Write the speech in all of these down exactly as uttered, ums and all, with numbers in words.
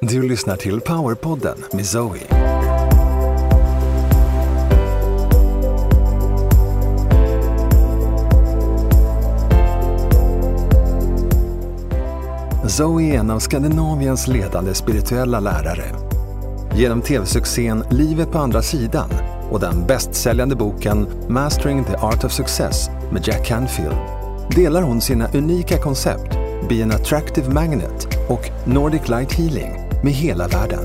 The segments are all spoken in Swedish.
Du lyssnar till Powerpodden med Zoe. Zoe är en av Skandinaviens ledande spirituella lärare. Genom tv-succén Livet på andra sidan och den bästsäljande boken Mastering the Art of Success med Jack Canfield delar hon sina unika koncept Be an Attractive Magnet och Nordic Light Healing med hela världen.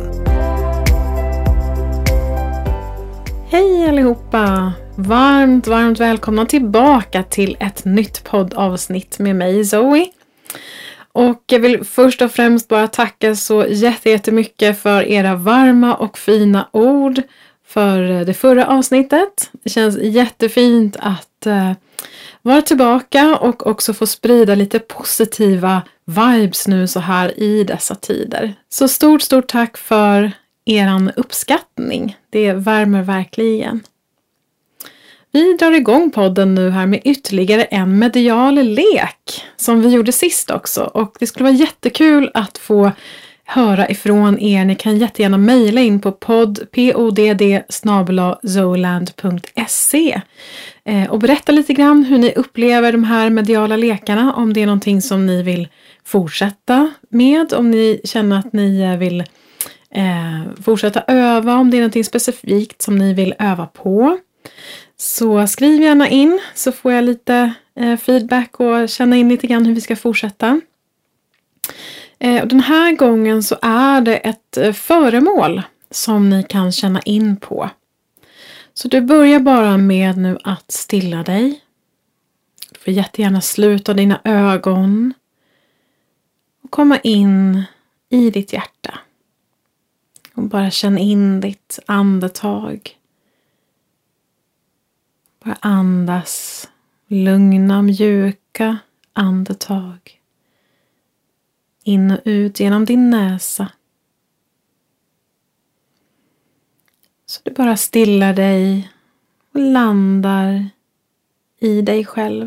Hej allihopa! Varmt, varmt välkomna tillbaka till ett nytt poddavsnitt med mig Zoe. Och jag vill först och främst bara tacka så jättemycket för era varma och fina ord för det förra avsnittet. Det känns jättefint att uh, vara tillbaka och också få sprida lite positiva vibes nu så här i dessa tider. Så stort, stort tack för eran uppskattning. Det värmer verkligen. Vi drar igång podden nu här med ytterligare en medial lek som vi gjorde sist också. Och det skulle vara jättekul att få höra ifrån er. Ni kan jättegärna mejla in på podd snabel-a zoland punkt se eh, och berätta lite grann hur ni upplever de här mediala lekarna. Om det är någonting som ni vill fortsätta med. Om ni känner att ni vill eh, fortsätta öva. Om det är någonting specifikt som ni vill öva på. Så skriv gärna in så får jag lite eh, feedback och känna in lite grann hur vi ska fortsätta. Eh, och den här gången så är det ett eh, föremål som ni kan känna in på. Så du börjar bara med nu att stilla dig. Du får jättegärna sluta dina ögon och komma in i ditt hjärta. Och bara känn in ditt andetag. Bara andas lugna, mjuka andetag. In och ut genom din näsa. Så du bara stillar dig och landar i dig själv.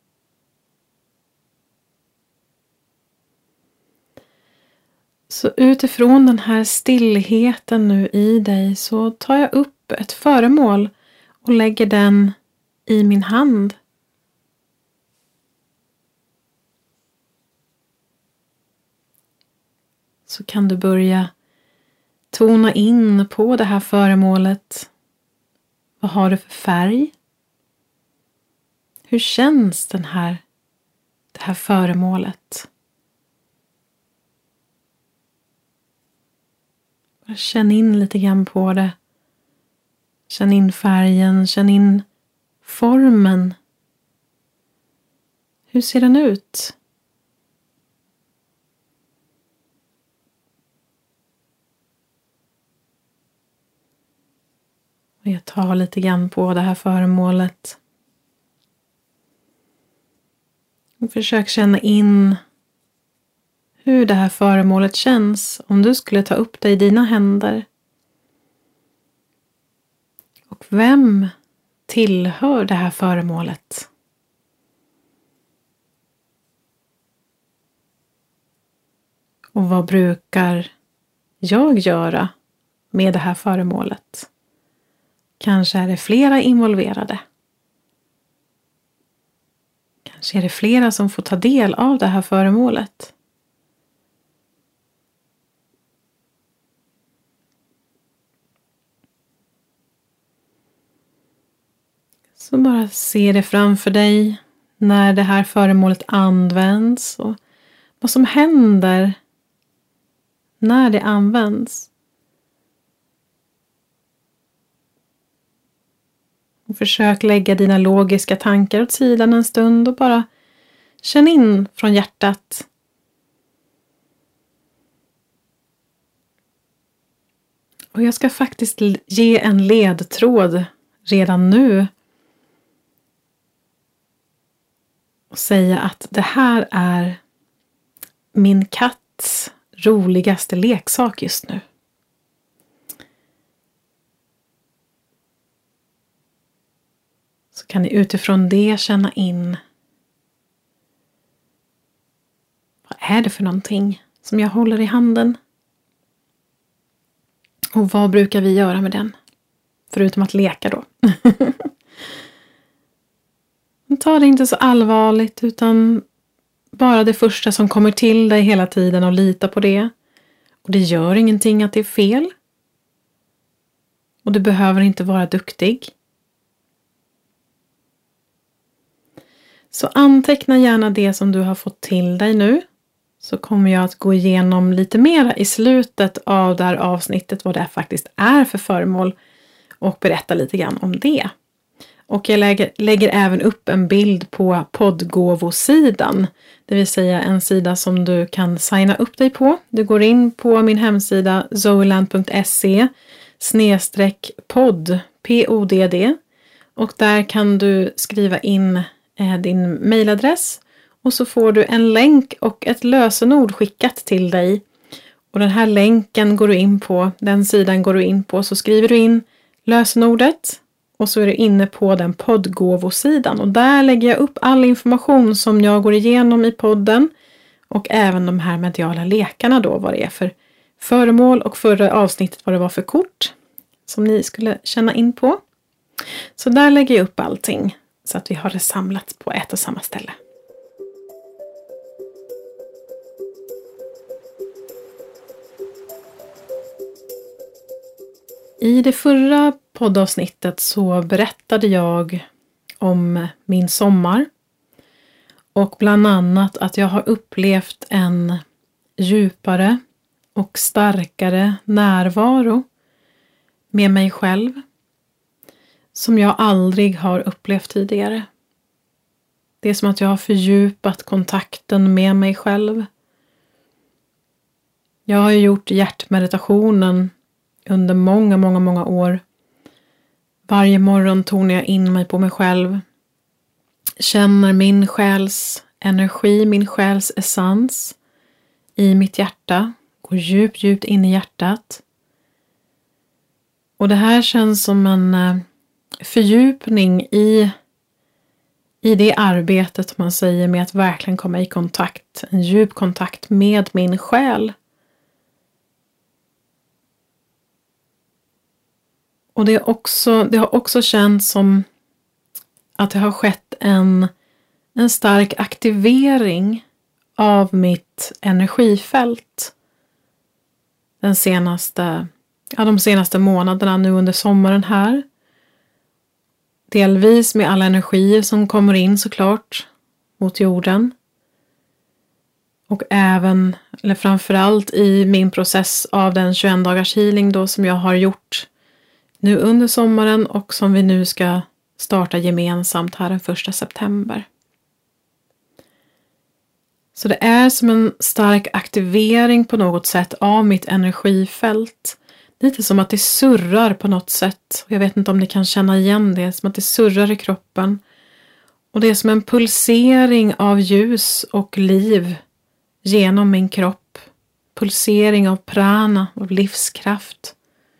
Så utifrån den här stillheten nu i dig så tar jag upp ett föremål och lägger den i min hand. Så kan du börja tona in på det här föremålet. Vad har du för färg? Hur känns den här, det här föremålet? Bara känn in lite grann på det. Känn in färgen, känn in formen. Hur ser den ut? Och jag tar lite grann på det här föremålet. Och försök känna in hur det här föremålet känns om du skulle ta upp det i dina händer. Och vem tillhör det här föremålet? Och vad brukar jag göra med det här föremålet? Kanske är det flera involverade. Kanske är det flera som får ta del av det här föremålet. Så bara se det framför dig när det här föremålet används och vad som händer när det används. Och försök lägga dina logiska tankar åt sidan en stund och bara känn in från hjärtat. Och jag ska faktiskt ge en ledtråd redan nu. Och säga att det här är min katts roligaste leksak just nu. Så kan ni utifrån det känna in. Vad är det för någonting som jag håller i handen? Och vad brukar vi göra med den? Förutom att leka då. Ta det inte så allvarligt, utan bara det första som kommer till dig hela tiden och lita på det. Och det gör ingenting att det är fel. Och du behöver inte vara duktig. Så anteckna gärna det som du har fått till dig nu. Så kommer jag att gå igenom lite mer i slutet av det här avsnittet vad det faktiskt är för föremål. Och berätta lite grann om det. Och jag lägger, lägger även upp en bild på poddgåvosidan. Det vill säga en sida som du kan signa upp dig på. Du går in på min hemsida zoeland punkt se snedstreck podd, P O D D. Och där kan du skriva in eh, din mailadress. Och så får du en länk och ett lösenord skickat till dig. Och den här länken går du in på, den sidan går du in på. Så skriver du in lösenordet. Och så är du inne på den poddgåvosidan. Och där lägger jag upp all information som jag går igenom i podden. Och även de här mediala lekarna då. Vad det är för föremål. Och förra avsnittet vad det var för kort. Som ni skulle känna in på. Så där lägger jag upp allting. Så att vi har det samlat på ett och samma ställe. I det förra poddavsnittet så berättade jag om min sommar. Och bland annat att jag har upplevt en djupare och starkare närvaro med mig själv. Som jag aldrig har upplevt tidigare. Det är som att jag har fördjupat kontakten med mig själv. Jag har gjort hjärtmeditationen under många, många, många år. Varje morgon tonar jag in mig på mig själv. Känner min själs energi, min själs essens i mitt hjärta. Går djupt, djupt in i hjärtat. Och det här känns som en fördjupning i, i det arbetet man säger med att verkligen komma i kontakt. En djup kontakt med min själ. Och det, är också, det har också känts som att det har skett en, en stark aktivering av mitt energifält. Den senaste, ja, de senaste månaderna nu under sommaren här. Delvis med alla energier som kommer in såklart mot jorden. Och även, eller framförallt i min process av den tjugoett dagars healing då som jag har gjort nu under sommaren och som vi nu ska starta gemensamt här den första september. Så det är som en stark aktivering på något sätt av mitt energifält. Lite som att det surrar på något sätt. Jag vet inte om ni kan känna igen det. Som att det surrar i kroppen. Och det är som en pulsering av ljus och liv genom min kropp. Pulsering av prana, av livskraft.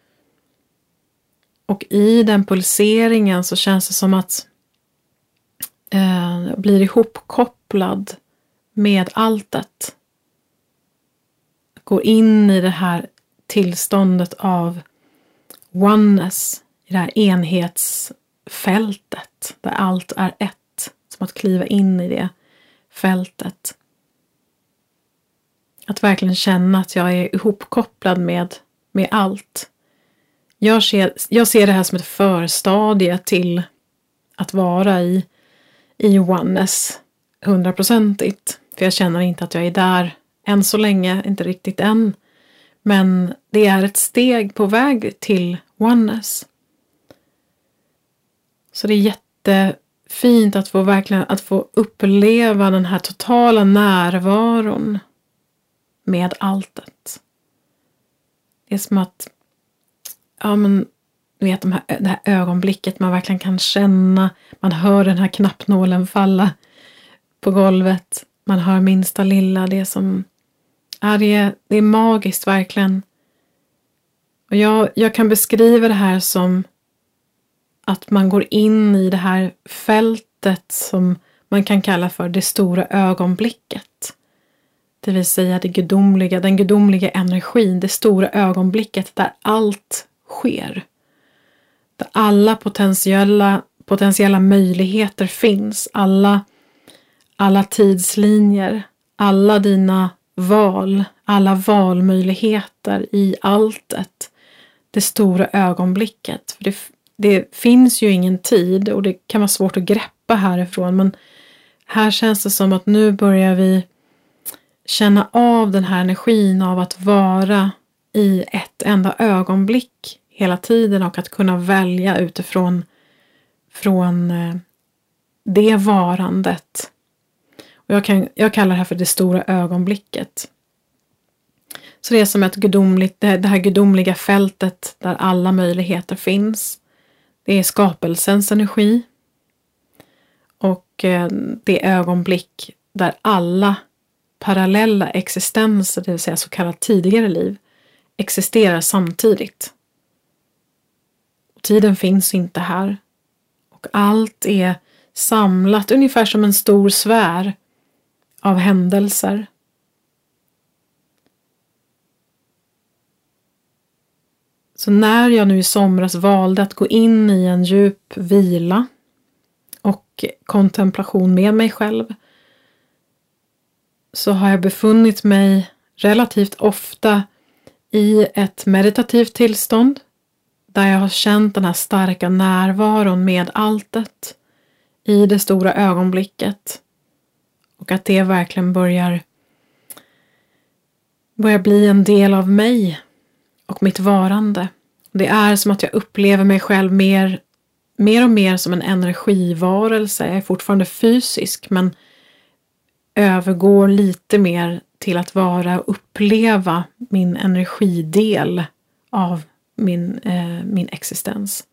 Och i den pulseringen så känns det som att eh, jag blir ihopkopplad med alltet. Jag går in i det här tillståndet av oneness, i det här enhetsfältet där allt är ett. Som att kliva in i det fältet. Att verkligen känna att jag är ihopkopplad med, med allt. Jag ser, jag ser det här som ett förstadie till att vara i, i oneness hundraprocentigt. För jag känner inte att jag är där än så länge, inte riktigt än. Men det är ett steg på väg till oneness. Så det är jättefint att få verkligen att få uppleva den här totala närvaron med alltet. Det är som att ja, men du vet de här, det här ögonblicket man verkligen kan känna. Man hör den här knappnålen falla på golvet. Man hör minsta lilla. Det är som ja, det, är, det är magiskt verkligen. Och jag, jag kan beskriva det här som att man går in i det här fältet som man kan kalla för det stora ögonblicket. Det vill säga det gudomliga, den gudomliga energin, det stora ögonblicket där allt sker. Där alla potentiella, potentiella möjligheter finns. Alla, alla tidslinjer, alla dina val, alla valmöjligheter i alltet. Det stora ögonblicket. För det, det finns ju ingen tid och det kan vara svårt att greppa härifrån. Men här känns det som att nu börjar vi känna av den här energin av att vara i ett enda ögonblick hela tiden och att kunna välja utifrån från det varandet. Och jag, kan, jag kallar det här för det stora ögonblicket. Så det är som ett gudomligt, det här gudomliga fältet där alla möjligheter finns. Det är skapelsens energi. Och det ögonblick där alla parallella existenser, det vill säga så kallat tidigare liv, existerar samtidigt. Och tiden finns inte här. Och allt är samlat ungefär som en stor sfär av händelser. Så när jag nu i somras valde att gå in i en djup vila och kontemplation med mig själv, så har jag befunnit mig relativt ofta i ett meditativt tillstånd där jag har känt den här starka närvaron med alltet i det stora ögonblicket. Och att det verkligen börjar, börjar bli en del av mig och mitt varande. Det är som att jag upplever mig själv mer, mer och mer som en energivarelse. Jag är fortfarande fysisk men övergår lite mer till att vara och uppleva min energidel av min, eh, min existens.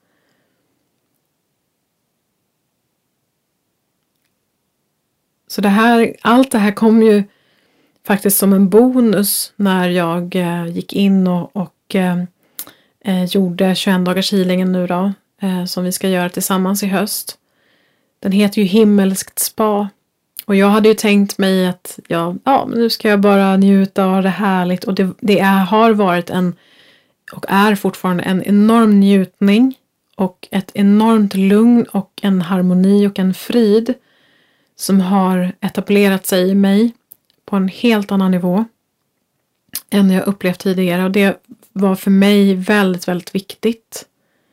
Så det här, allt det här kom ju faktiskt som en bonus när jag eh, gick in och, och eh, gjorde tjugoett dagars healingen nu då, eh, som vi ska göra tillsammans i höst. Den heter ju Himmelskt spa. Och jag hade ju tänkt mig att ja, ja, nu ska jag bara njuta av det härligt. Och det, det är, har varit en och är fortfarande en enorm njutning och ett enormt lugn och en harmoni och en frid som har etablerat sig i mig på en helt annan nivå än jag upplevt tidigare. Och det var för mig väldigt, väldigt viktigt.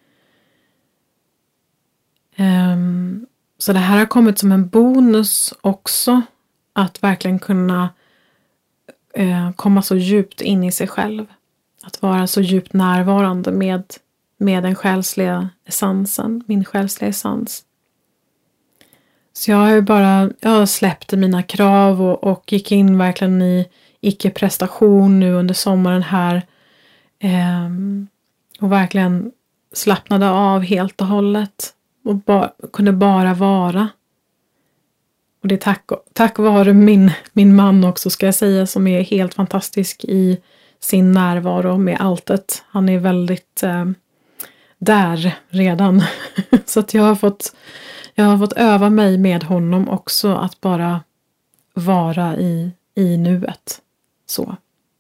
Um, så det här har kommit som en bonus också. Att verkligen kunna uh, komma så djupt in i sig själv. Att vara så djupt närvarande med, med den själsliga essensen. Min själsliga essens. Så jag har ju bara jag släppte mina krav och, och gick in verkligen i icke-prestation nu under sommaren här. Um, och verkligen slappnade av helt och hållet. Och ba, kunde bara vara. Och det är tack, tack vare min, min man också ska jag säga. Som är helt fantastisk i sin närvaro med alltet. Han är väldigt eh, där redan. Så att jag har fått jag har fått öva mig med honom också. Att bara vara i, i nuet. Så.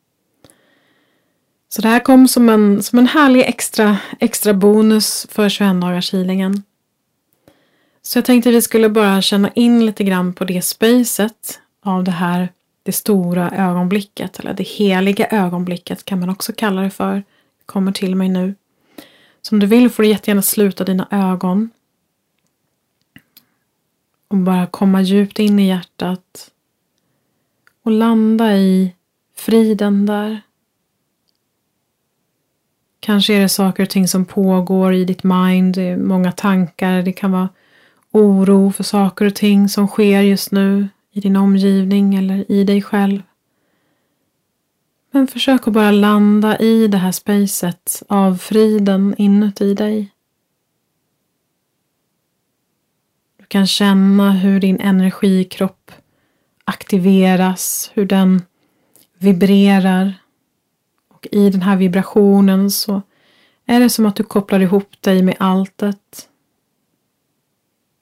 Så det här kom som en, som en härlig extra, extra bonus för tjugoett dagars healingen. Så jag tänkte att vi skulle bara känna in lite grann på det spacet av det här, det stora ögonblicket. Eller det heliga ögonblicket kan man också kalla det för. Det kommer till mig nu. Så om du vill får du jättegärna sluta dina ögon. Och bara komma djupt in i hjärtat. Och landa i friden där. Kanske är det saker och ting som pågår i ditt mind. Det är många tankar. Det kan vara oro för saker och ting som sker just nu i din omgivning eller i dig själv. Men försök att bara landa i det här spacet av friden inuti dig. Du kan känna hur din energikropp aktiveras, hur den vibrerar. Och i den här vibrationen så är det som att du kopplar ihop dig med alltet.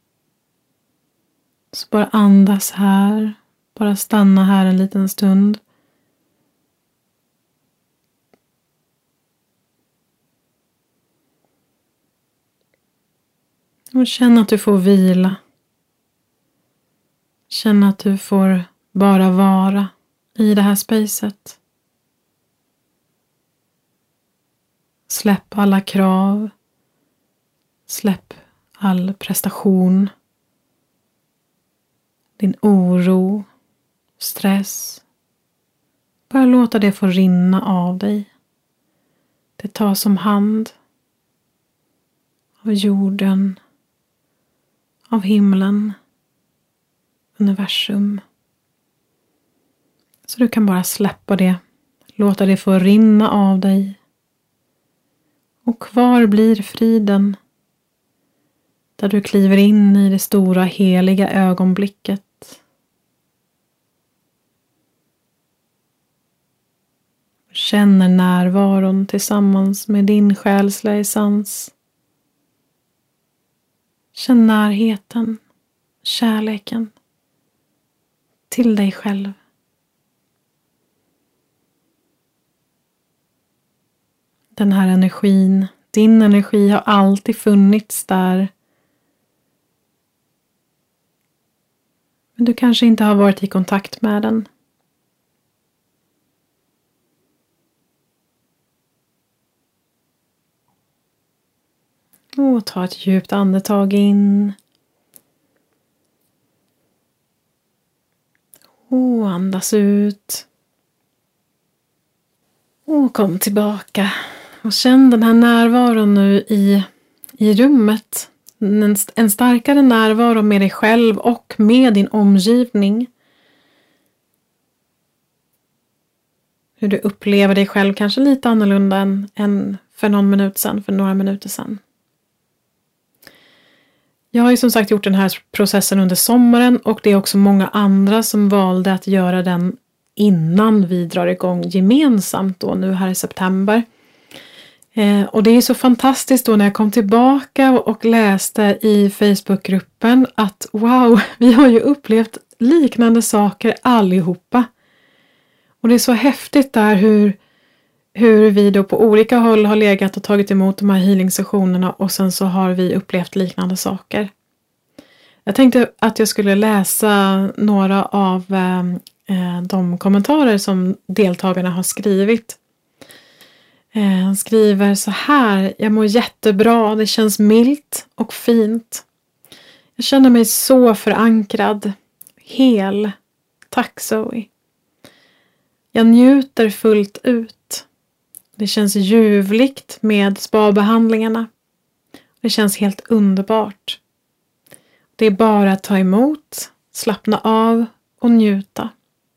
Så bara andas här. Bara stanna här en liten stund. Och känn att du får vila. Känn att du får bara vara i det här spacet. Släpp alla krav. Släpp all prestation. Din oro, stress. Bara låta det få rinna av dig. Det tas om hand av jorden, av himlen, universum. Så du kan bara släppa det, låta det få rinna av dig. Och kvar blir friden, där du kliver in i det stora heliga ögonblicket. Känner närvaron tillsammans med din själsliga essens. Känn närheten, kärleken till dig själv. Den här energin, din energi har alltid funnits där. Men du kanske inte har varit i kontakt med den. Och ta ett djupt andetag in. Och andas ut. Och kom tillbaka. Och känn den här närvaron nu i, i rummet. En, en starkare närvaro med dig själv och med din omgivning. Hur du upplever dig själv kanske lite annorlunda än, än för någon minut sedan, för några minuter sedan. Jag har ju som sagt gjort den här processen under sommaren och det är också många andra som valde att göra den innan vi drar igång gemensamt då nu här i september. Eh, och det är så fantastiskt då när jag kom tillbaka och, och läste i Facebookgruppen att wow, vi har ju upplevt liknande saker allihopa. Och det är så häftigt där hur, hur vi då på olika håll har legat och tagit emot de här healing-sessionerna och sen så har vi upplevt liknande saker. Jag tänkte att jag skulle läsa några av eh, de kommentarer som deltagarna har skrivit. Eh, han skriver så här: jag mår jättebra, det känns milt och fint. Jag känner mig så förankrad, hel. Tack Zoe. Jag njuter fullt ut. Det känns ljuvligt med spabehandlingarna. Det känns helt underbart. Det är bara att ta emot, slappna av och njuta.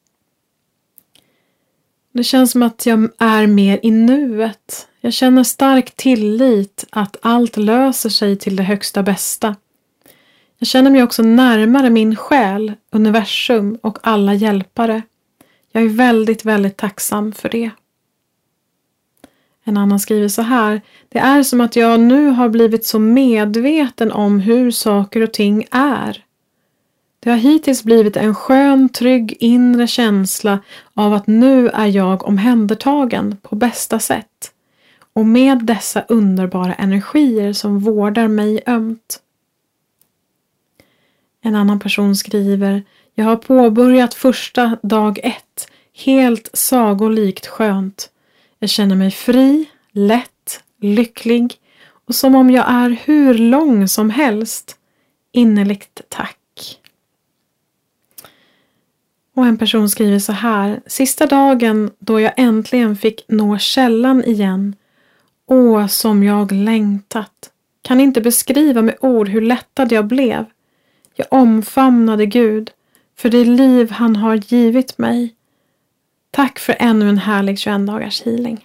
Det känns som att jag är mer i nuet. Jag känner stark tillit att allt löser sig till det högsta bästa. Jag känner mig också närmare min själ, universum och alla hjälpare. Jag är väldigt, väldigt tacksam för det. En annan skriver så här: det är som att jag nu har blivit så medveten om hur saker och ting är. Det har hittills blivit en skön, trygg inre känsla av att nu är jag omhändertagen på bästa sätt. Och med dessa underbara energier som vårdar mig ömt. En annan person skriver: jag har påbörjat första dag ett, helt sagolikt skönt. Jag känner mig fri, lätt, lycklig och som om jag är hur lång som helst. Innerligt tack. Och en person skriver så här: sista dagen då jag äntligen fick nå källan igen. Åh, som jag längtat. Kan inte beskriva med ord hur lättad jag blev. Jag omfamnade Gud för det liv han har givit mig. Tack för ännu en härlig tjugoett dagars healing.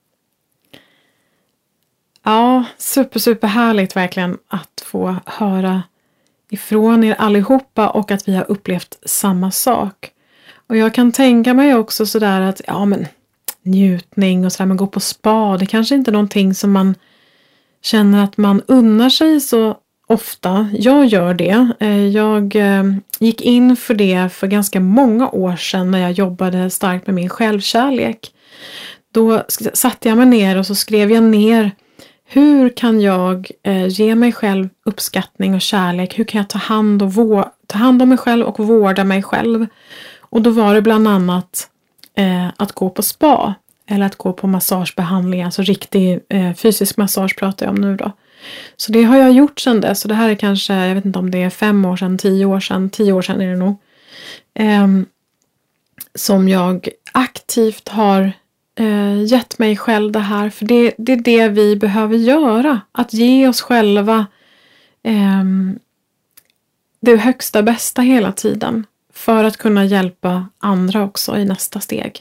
Ja, super, super härligt verkligen att få höra ifrån er allihopa och att vi har upplevt samma sak. Och jag kan tänka mig också sådär att ja men njutning och sådär, man går på spa, det kanske inte är någonting som man känner att man unnar sig så ofta. Jag gör det. Jag gick in för det för ganska många år sedan när jag jobbade starkt med min självkärlek. Då satte jag mig ner och så skrev jag ner Hur kan jag eh, ge mig själv uppskattning och kärlek? Hur kan jag ta hand, och vå- ta hand om mig själv och vårda mig själv? Och då var det bland annat eh, att gå på spa. Eller att gå på massagebehandling. Alltså riktig eh, fysisk massage pratar jag om nu då. Så det har jag gjort sedan dess. Så det här är kanske, jag vet inte om det är fem år sedan, tio år sedan. Tio år sedan är det nog. Eh, som jag aktivt har eh, gett mig själv det här. För det, det är det vi behöver göra. Att ge oss själva eh, det högsta bästa hela tiden. För att kunna hjälpa andra också i nästa steg.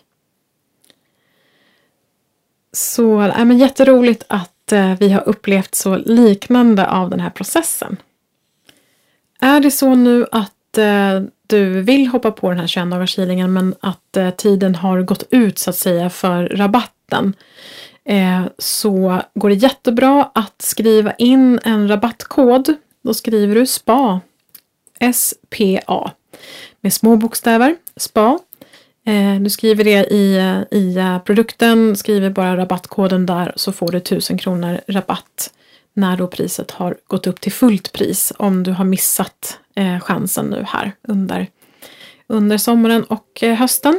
Så är men jätteroligt att eh, vi har upplevt så liknande av den här processen. Är det så nu att eh, du vill hoppa på den här tjugoett dagars healingen men att eh, tiden har gått ut så att säga för rabatten, eh, så går det jättebra att skriva in en rabattkod. Då skriver du SPA, S P A, med små bokstäver, SPA. Eh, du skriver det i, i produkten, skriver bara rabattkoden där, så får du tusen kronor rabatt när då priset har gått upp till fullt pris, om du har missat eh, chansen nu här under, under sommaren och eh, hösten.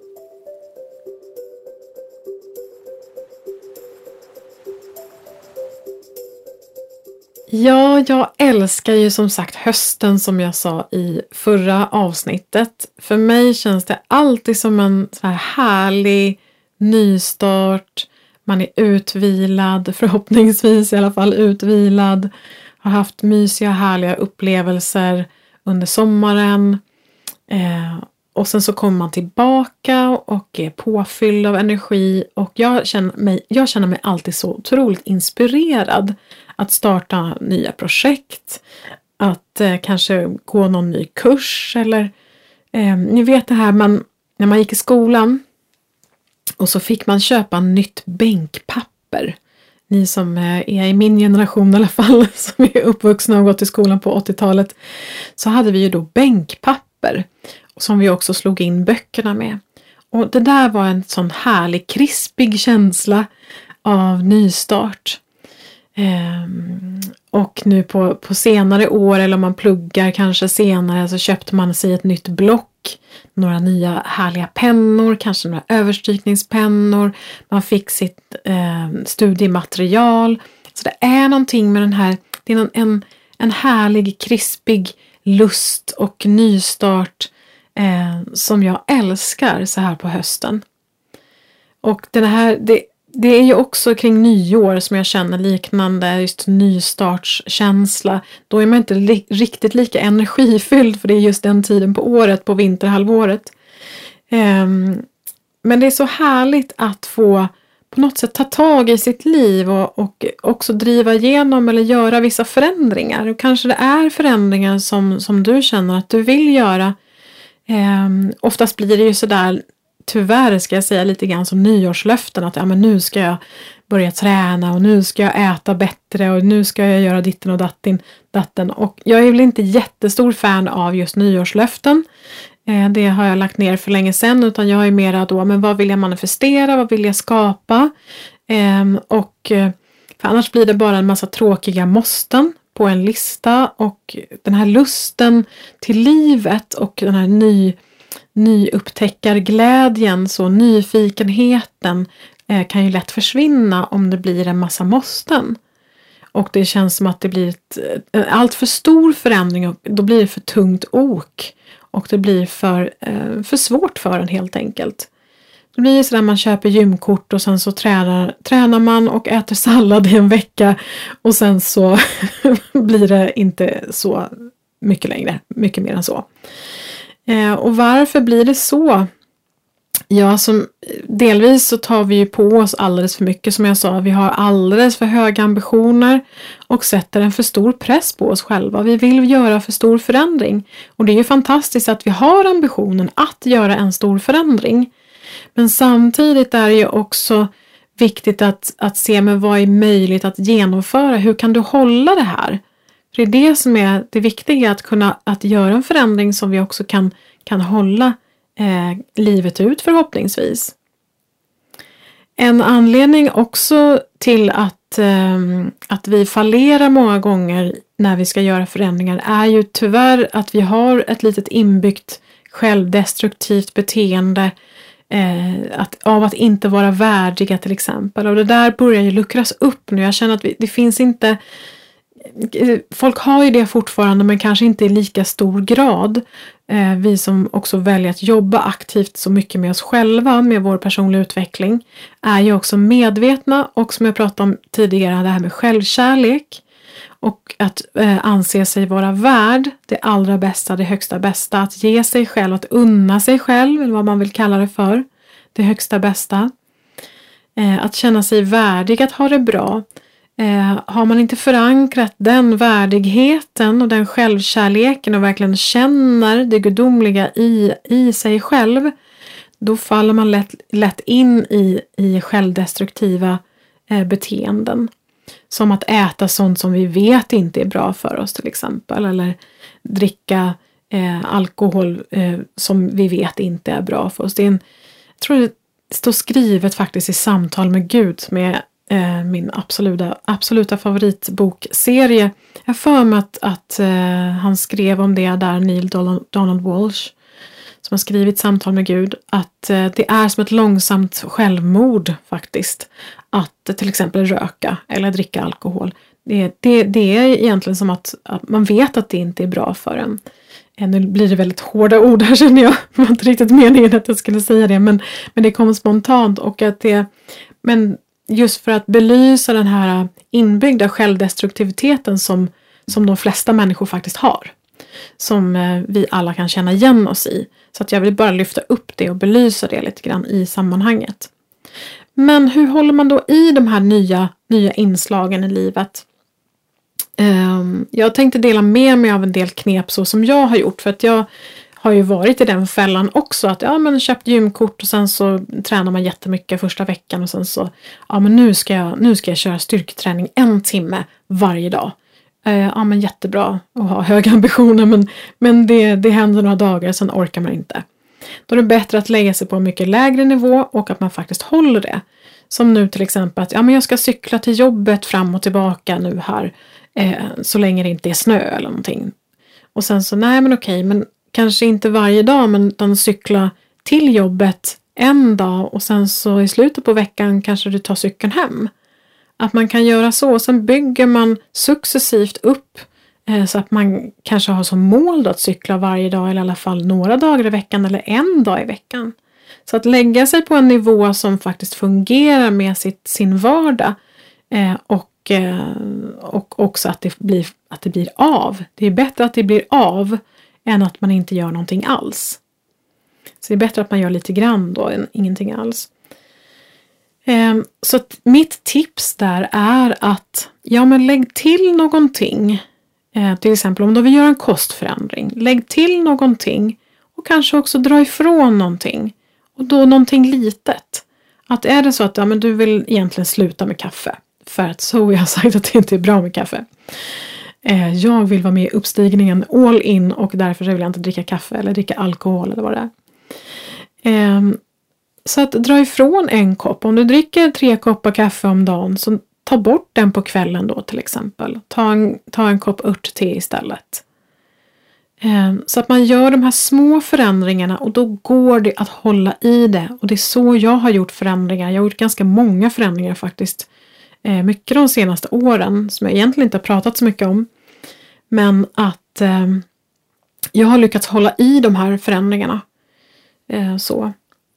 Ja, jag älskar ju som sagt hösten, som jag sa i förra avsnittet. För mig känns det alltid som en så här härlig nystart. Man är utvilad, förhoppningsvis i alla fall utvilad. Har haft mysiga, härliga upplevelser under sommaren. Eh, och sen så kommer man tillbaka och är påfylld av energi. Och jag känner mig, jag känner mig alltid så otroligt inspirerad att starta nya projekt. Att eh, kanske gå någon ny kurs. Eller eh, ni vet det här, man, när man gick i skolan och så fick man köpa nytt bänkpapper. Ni som är i min generation i alla fall, som är uppvuxna och gått i skolan på åttiotalet, så hade vi ju då bänkpapper som vi också slog in böckerna med. Och det där var en sån härlig, krispig känsla av nystart. Ehm, och nu på, på senare år, eller om man pluggar kanske senare, så köpte man sig ett nytt block. Några nya härliga pennor, kanske några överstrykningspennor. Man fick sitt eh, studiematerial. Så det är någonting med den här, det är en, en, en härlig, krispig lust och nystart eh, som jag älskar så här på hösten. Och den här, det, det är ju också kring nyår som jag känner liknande just nystartskänsla. Då är man inte li- riktigt lika energifylld, för det är just den tiden på året, på vinterhalvåret. Um, men det är så härligt att få på något sätt ta tag i sitt liv och, och också driva igenom eller göra vissa förändringar. Och kanske det är förändringar som, som du känner att du vill göra. Um, oftast blir det ju sådär, tyvärr ska jag säga, lite grann som nyårslöften, att ja, men nu ska jag börja träna och nu ska jag äta bättre och nu ska jag göra ditten och datten, datten. Och jag är väl inte jättestor fan av just nyårslöften. Eh, det har jag lagt ner för länge sedan, utan jag är mera då, men vad vill jag manifestera, vad vill jag skapa? Eh, och för annars blir det bara en massa tråkiga måsten på en lista, och den här lusten till livet och den här ny nyupptäckarglädjen, så nyfikenheten eh, kan ju lätt försvinna om det blir en massa måsten. Och det känns som att det blir ett, en allt för stor förändring, och då blir det för tungt ok. Och det blir för, eh, för svårt för en helt enkelt. Det blir så där man köper gymkort och sen så tränar, tränar man och äter sallad i en vecka. Och sen så blir det inte så mycket längre, mycket mer än så. Eh, och varför blir det så? Ja, som, delvis så tar vi ju på oss alldeles för mycket, som jag sa. Vi har alldeles för höga ambitioner och sätter en för stor press på oss själva. Vi vill göra för stor förändring. Och det är ju fantastiskt att vi har ambitionen att göra en stor förändring. Men samtidigt är det ju också viktigt att, att se med vad är möjligt att genomföra. Hur kan du hålla det här? För det är det som är det viktiga, att kunna att göra en förändring som vi också kan, kan hålla eh, livet ut förhoppningsvis. En anledning också till att, eh, att vi fallerar många gånger när vi ska göra förändringar är ju tyvärr att vi har ett litet inbyggt självdestruktivt beteende eh, att, av att inte vara värdiga till exempel. Och det där börjar ju luckras upp nu. Jag känner att vi, det finns inte... Folk har ju det fortfarande men kanske inte i lika stor grad. Eh, vi som också väljer att jobba aktivt så mycket med oss själva, med vår personliga utveckling, är ju också medvetna och som jag pratade om tidigare, det här med självkärlek och att eh, anse sig vara värd det allra bästa, det högsta bästa, att ge sig själv, att unna sig själv, eller vad man vill kalla det för, det högsta bästa. Eh, att känna sig värdig, att ha det bra. Eh, har man inte förankrat den värdigheten och den självkärleken och verkligen känner det gudomliga i, i sig själv, då faller man lätt, lätt in i, i självdestruktiva eh, beteenden. Som att äta sånt som vi vet inte är bra för oss till exempel. Eller dricka eh, alkohol eh, som vi vet inte är bra för oss. Det är en, jag tror det står skrivet faktiskt i Samtal med Gud som är eh, min absoluta, absoluta favoritbokserie. Jag för mig att, att eh, han skrev om det där, Neil Donald, Donald Walsh som har skrivit Samtal med Gud, att eh, det är som ett långsamt självmord faktiskt. Att till exempel röka eller dricka alkohol. Det, det, det är egentligen som att, att man vet att det inte är bra för en. Nu blir det väldigt hårda ord här känner jag. Det var inte riktigt meningen att jag skulle säga det. Men, men det kommer spontant. Och att det, men just för att belysa den här inbyggda självdestruktiviteten som, som de flesta människor faktiskt har. Som eh, vi alla kan känna igen oss i. Så att jag vill bara lyfta upp det och belysa det lite grann i sammanhanget. Men hur håller man då i de här nya, nya inslagen i livet? Um, jag tänkte dela med mig av en del knep så som jag har gjort. För att jag har ju varit i den fällan också. Att ja, men köpt gymkort och sen så tränar man jättemycket första veckan. Och sen så, ja men nu ska jag, nu ska jag köra styrketräning en timme varje dag. Uh, ja men jättebra att ha höga ambitioner. Men, men det, det händer några dagar, sen orkar man inte. Då är det bättre att lägga sig på en mycket lägre nivå och att man faktiskt håller det. Som nu till exempel att ja, men jag ska cykla till jobbet fram och tillbaka nu här eh, så länge det inte är snö eller någonting. Och sen så nej men okej, men kanske inte varje dag men utan cykla till jobbet en dag och sen så i slutet på veckan kanske du tar cykeln hem. Att man kan göra så och sen bygger man successivt upp så att man kanske har som mål att cykla varje dag eller i alla fall några dagar i veckan eller en dag i veckan. Så att lägga sig på en nivå som faktiskt fungerar med sitt, sin vardag eh, och, eh, och också att det, blir, att det blir av. Det är bättre att det blir av än att man inte gör någonting alls. Så det är bättre att man gör lite grann då än ingenting alls. Eh, så att mitt tips där är att ja, men lägg till någonting. Eh, till exempel om du vill göra en kostförändring. Lägg till någonting och kanske också dra ifrån någonting. Och då någonting litet. Att är det så att ja, men du vill egentligen sluta med kaffe. För att så jag har sagt att det inte är bra med kaffe. Eh, jag vill vara med i uppstigningen all in. Och därför vill jag inte dricka kaffe eller dricka alkohol eller vad det är. Eh, så att dra ifrån en kopp. Om du dricker tre koppar kaffe om dagen. Så ta bort den på kvällen då till exempel. Ta en, ta en kopp örtte istället. Så att man gör de här små förändringarna och då går det att hålla i det. Och det är så jag har gjort förändringar. Jag har gjort ganska många förändringar faktiskt. Mycket de senaste åren som jag egentligen inte har pratat så mycket om. Men att eh, jag har lyckats hålla i de här förändringarna. Eh, så.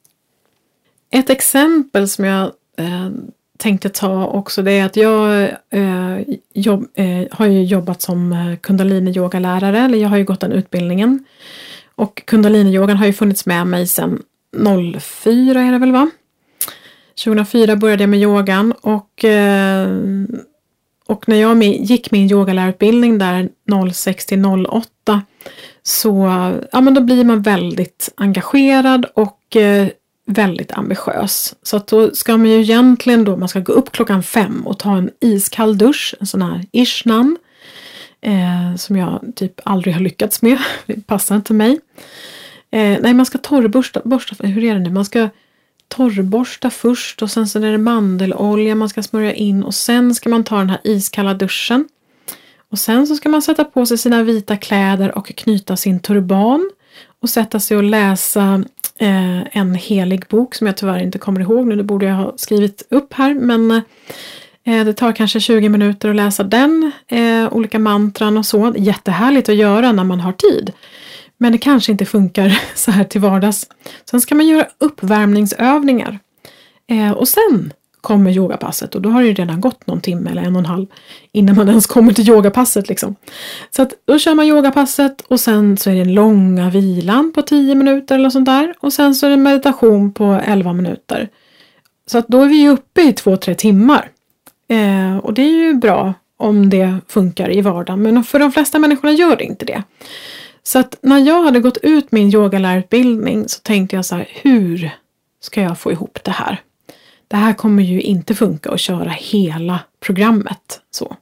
Ett exempel som jag eh, tänkte ta också det är att jag eh, jobb, eh, har ju jobbat som kundalini-yogalärare, eller jag har ju gått den utbildningen och kundalini-yogan har ju funnits med mig sedan noll fyra är det väl va? tjugohundrafyra började jag med yogan och, eh, och när jag med, gick min yogalärarutbildning där noll sex till noll åtta så ja, men då blir man väldigt engagerad och eh, väldigt ambitiös. Så att då ska man ju egentligen då, man ska gå upp klockan fem och ta en iskall dusch, en sån här ishnan eh, som jag typ aldrig har lyckats med. Det passar inte mig. Eh, nej, man ska torrborsta, borsta, hur är det nu? Man ska torrborsta först och sen så är det mandelolja man ska smörja in och sen ska man ta den här iskalla duschen. Och sen så ska man sätta på sig sina vita kläder och knyta sin turban och sätta sig och läsa eh, en helig bok som jag tyvärr inte kommer ihåg nu. Det borde jag ha skrivit upp här, men eh, det tar kanske tjugo minuter att läsa den, eh, olika mantran och så. Jättehärligt att göra när man har tid. Men det kanske inte funkar så här till vardags. Sen ska man göra uppvärmningsövningar. Eh, och sen kommer yogapasset. Och då har det redan gått någon timme eller en och en halv innan man ens kommer till yogapasset. Liksom. Så att då kör man yogapasset och sen så är det en långa vilan på tio minuter eller sånt där. Och sen så är det meditation på elva minuter. Så att då är vi uppe i två tre timmar. Eh, och det är ju bra om det funkar i vardagen. Men för de flesta människorna gör det inte det. Så att när jag hade gått ut min yogalärarutbildning så tänkte jag så här, hur ska jag få ihop det här? Det här kommer ju inte funka att köra hela programmet så.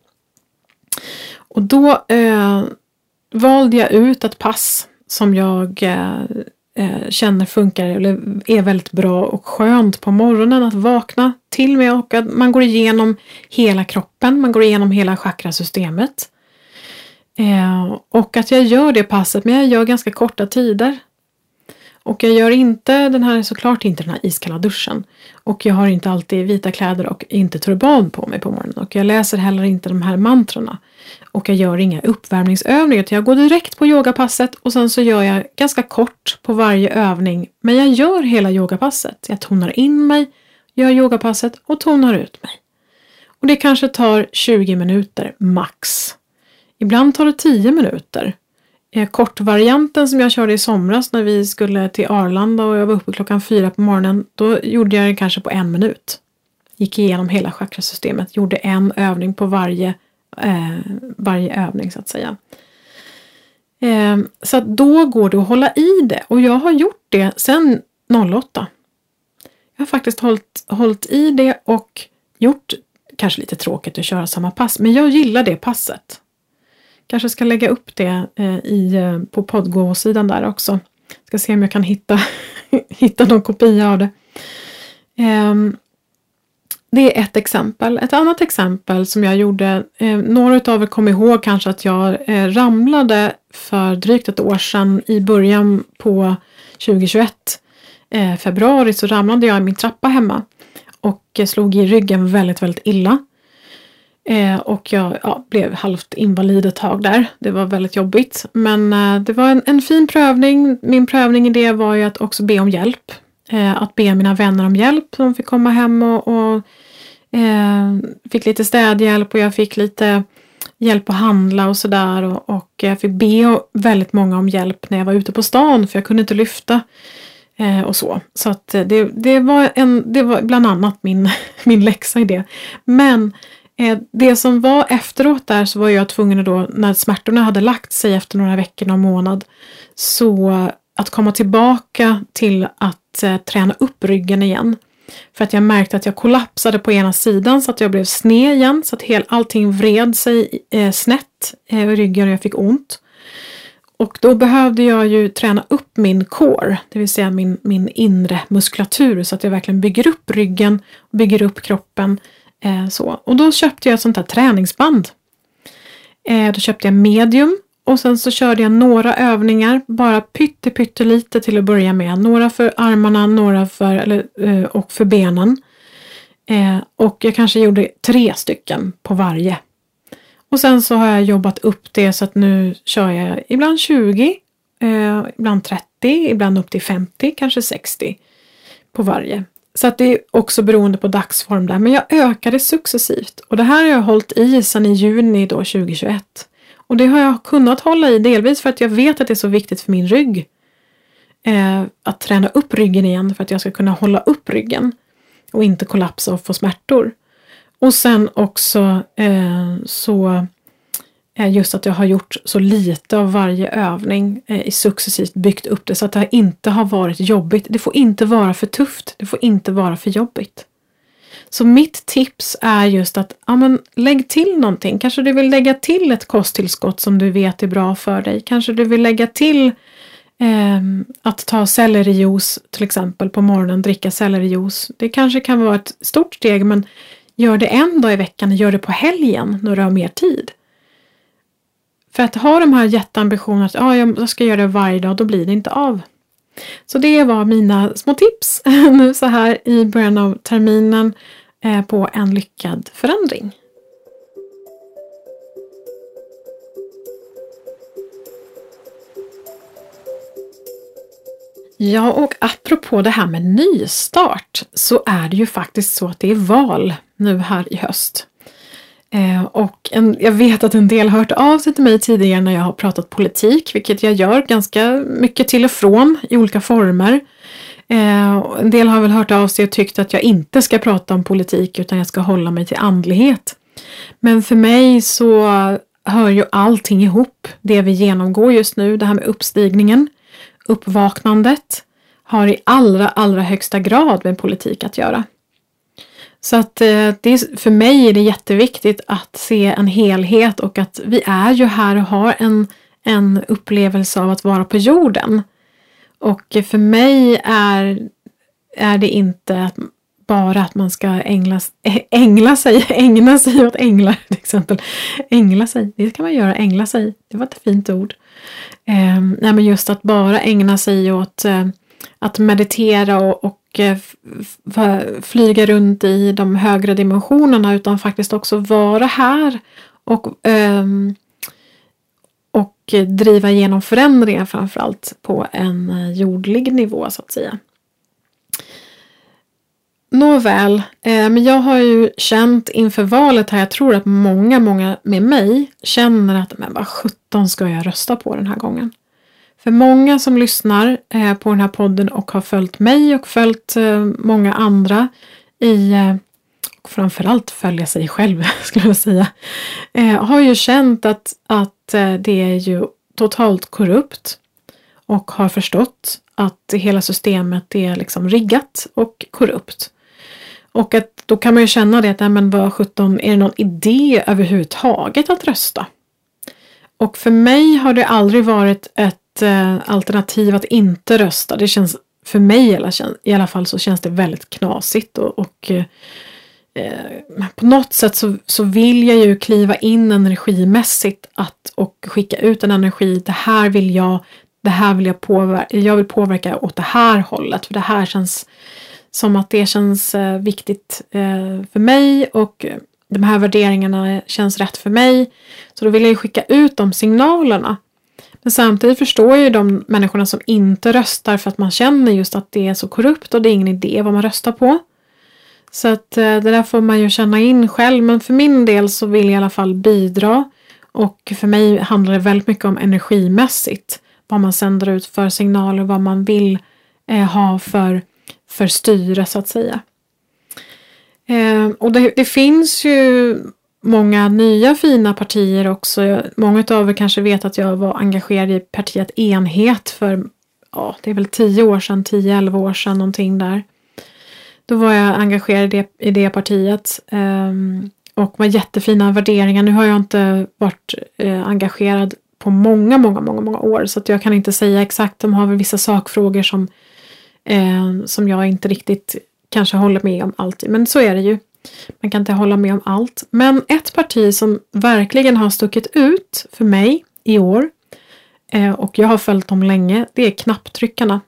Och då eh, valde jag ut ett pass som jag eh, känner funkar eller är väldigt bra och skönt på morgonen att vakna till med och att man går igenom hela kroppen, man går igenom hela chakrasystemet. Eh, och att jag gör det passet, men jag gör ganska korta tider. Och jag gör inte den här, såklart inte den här iskalla duschen. Och jag har inte alltid vita kläder och inte turban på mig på morgonen. Och jag läser heller inte de här mantrarna. Och jag gör inga uppvärmningsövningar. Jag går direkt på yogapasset och sen så gör jag ganska kort på varje övning. Men jag gör hela yogapasset. Jag tonar in mig, gör yogapasset och tonar ut mig. Och det kanske tar tjugo minuter max. Ibland tar det tio minuter. Kortvarianten som jag körde i somras när vi skulle till Arlanda och jag var uppe klockan fyra på morgonen. Då gjorde jag det kanske på en minut. Gick igenom hela chakrasystemet. Gjorde en övning på varje, eh, varje övning så att säga. Eh, så att då går det att hålla i det. Och jag har gjort det sedan noll åtta. Jag har faktiskt hållit, hållit i det och gjort kanske lite tråkigt att köra samma pass. Men jag gillar det passet. Kanske ska lägga upp det eh, i, eh, på Podgo-sidan där också. Ska se om jag kan hitta, hitta någon kopia av det. Eh, det är ett exempel. Ett annat exempel som jag gjorde. Eh, några av er kommer ihåg kanske att jag eh, ramlade för drygt ett år sedan. I början på tjugohundratjugoett. Eh, februari så ramlade jag i min trappa hemma. Och eh, slog i ryggen väldigt, väldigt illa. Eh, och jag ja, blev halvt invalid ett tag där. Det var väldigt jobbigt. Men eh, det var en, en fin prövning. Min prövning i det var ju att också be om hjälp. Eh, att be mina vänner om hjälp. De fick komma hem och, och eh, fick lite städhjälp. Och jag fick lite hjälp att handla och sådär. Och, och jag fick be väldigt många om hjälp när jag var ute på stan. För jag kunde inte lyfta. Eh, och så. Så att det, det, var en, det var bland annat min, min läxa i det. Men det som var efteråt där så var jag tvungen då, när smärtorna hade lagt sig efter några veckor, någon månad, så att komma tillbaka till att eh, träna upp ryggen igen. För att jag märkte att jag kollapsade på ena sidan så att jag blev sned igen, så att hel, allting vred sig eh, snett eh, i ryggen och jag fick ont. Och då behövde jag ju träna upp min core, det vill säga min, min inre muskulatur, så att jag verkligen bygger upp ryggen, bygger upp kroppen. Eh, så. Och då köpte jag ett sånt här träningsband. Eh, då köpte jag medium. Och sen så körde jag några övningar. Bara pytte pytte lite till att börja med. Några för armarna, några för, eller, eh, och för benen. Eh, och jag kanske gjorde tre stycken på varje. Och sen så har jag jobbat upp det så att nu kör jag ibland tjugo. Eh, ibland trettio. Ibland upp till femtio. Kanske sextio på varje. Så att det är också beroende på dagsform där. Men jag ökade successivt. Och det här har jag hållit i sedan i juni då tjugohundratjugoett. Och det har jag kunnat hålla i delvis för att jag vet att det är så viktigt för min rygg. Eh, att träna upp ryggen igen för att jag ska kunna hålla upp ryggen. Och inte kollapsa och få smärtor. Och sen också eh, så eh, just att jag har gjort så lite av varje övning eh, i successivt byggt upp det så att det inte har varit jobbigt. Det får inte vara för tufft. Det får inte vara för jobbigt. Så mitt tips är just att ja, men, lägg till någonting. Kanske du vill lägga till ett kosttillskott som du vet är bra för dig. Kanske du vill lägga till Eh, att ta sellerijuice till exempel på morgonen, dricka sellerijuice. Det kanske kan vara ett stort steg, men gör det en dag i veckan, gör det på helgen när du har mer tid. För att ha de här jätteambitionerna att ah, jag ska göra det varje dag, då blir det inte av. Så det var mina små tips nu så här i början av terminen eh, på en lyckad förändring. Ja, och apropå det här med nystart så är det ju faktiskt så att det är val nu här i höst. Eh, och en, jag vet att en del har hört av sig till mig tidigare när jag har pratat politik, vilket jag gör ganska mycket till och från i olika former. Eh, en del har väl hört av sig och tyckt att jag inte ska prata om politik utan jag ska hålla mig till andlighet. Men för mig så hör ju allting ihop. Det vi genomgår just nu, det här med uppstigningen, uppvaknandet, har i allra, allra högsta grad med politik att göra. Så att eh, det är, för mig är det jätteviktigt att se en helhet och att vi är ju här och har en, en upplevelse av att vara på jorden. Och för mig är, är det inte att, bara att man ska ängla, ängla sig, ägna sig åt änglar till exempel. Ängla sig, det kan man göra, ängla sig, det var ett fint ord. Eh, nej men just att bara ägna sig åt eh, att meditera och, och flyga runt i de högre dimensionerna, utan faktiskt också vara här och, um, och driva igenom förändringar framförallt på en jordlig nivå så att säga. Nåväl, eh, men jag har ju känt inför valet här, jag tror att många, många med mig känner att men vad sjutton ska jag rösta på den här gången. För många som lyssnar eh, på den här podden och har följt mig och följt eh, många andra i, eh, och framförallt följa sig själv skulle jag säga, eh, har ju känt att, att eh, det är ju totalt korrupt och har förstått att hela systemet är liksom riggat och korrupt. Och att då kan man ju känna det att nej, men vad sjutton, är det någon idé överhuvudtaget att rösta? Och för mig har det aldrig varit ett alternativ att inte rösta. Det känns för mig i alla fall så känns det väldigt knasigt och, och eh, på något sätt så, så vill jag ju kliva in energimässigt att, och skicka ut en energi. Det här vill jag det här vill jag påverka. Jag vill påverka åt det här hållet, för det här känns som att det känns eh, viktigt eh, för mig och de här värderingarna känns rätt för mig. Så då vill jag ju skicka ut de signalerna. Men samtidigt förstår jag ju de människorna som inte röstar för att man känner just att det är så korrupt och det är ingen idé vad man röstar på. Så att eh, det där får man ju känna in själv. Men för min del så vill jag i alla fall bidra. Och för mig handlar det väldigt mycket om energimässigt. Vad man sänder ut för signaler, vad man vill eh, ha för, för styre så att säga. Eh, och det, det finns ju många nya fina partier också. Många av er kanske vet att jag var engagerad i partiet Enhet för, ja, det är väl tio år sedan, tio elva år sedan någonting där. Då var jag engagerad i det, i det partiet um, och var jättefina värderingar. Nu har jag inte varit uh, engagerad på många, många, många, många år, så att jag kan inte säga exakt. De har väl vissa sakfrågor som, uh, som jag inte riktigt kanske håller med om alltid, men så är det ju. Man kan inte hålla med om allt. Men ett parti som verkligen har stuckit ut för mig i år, eh, och jag har följt dem länge, det är knapptryckarna.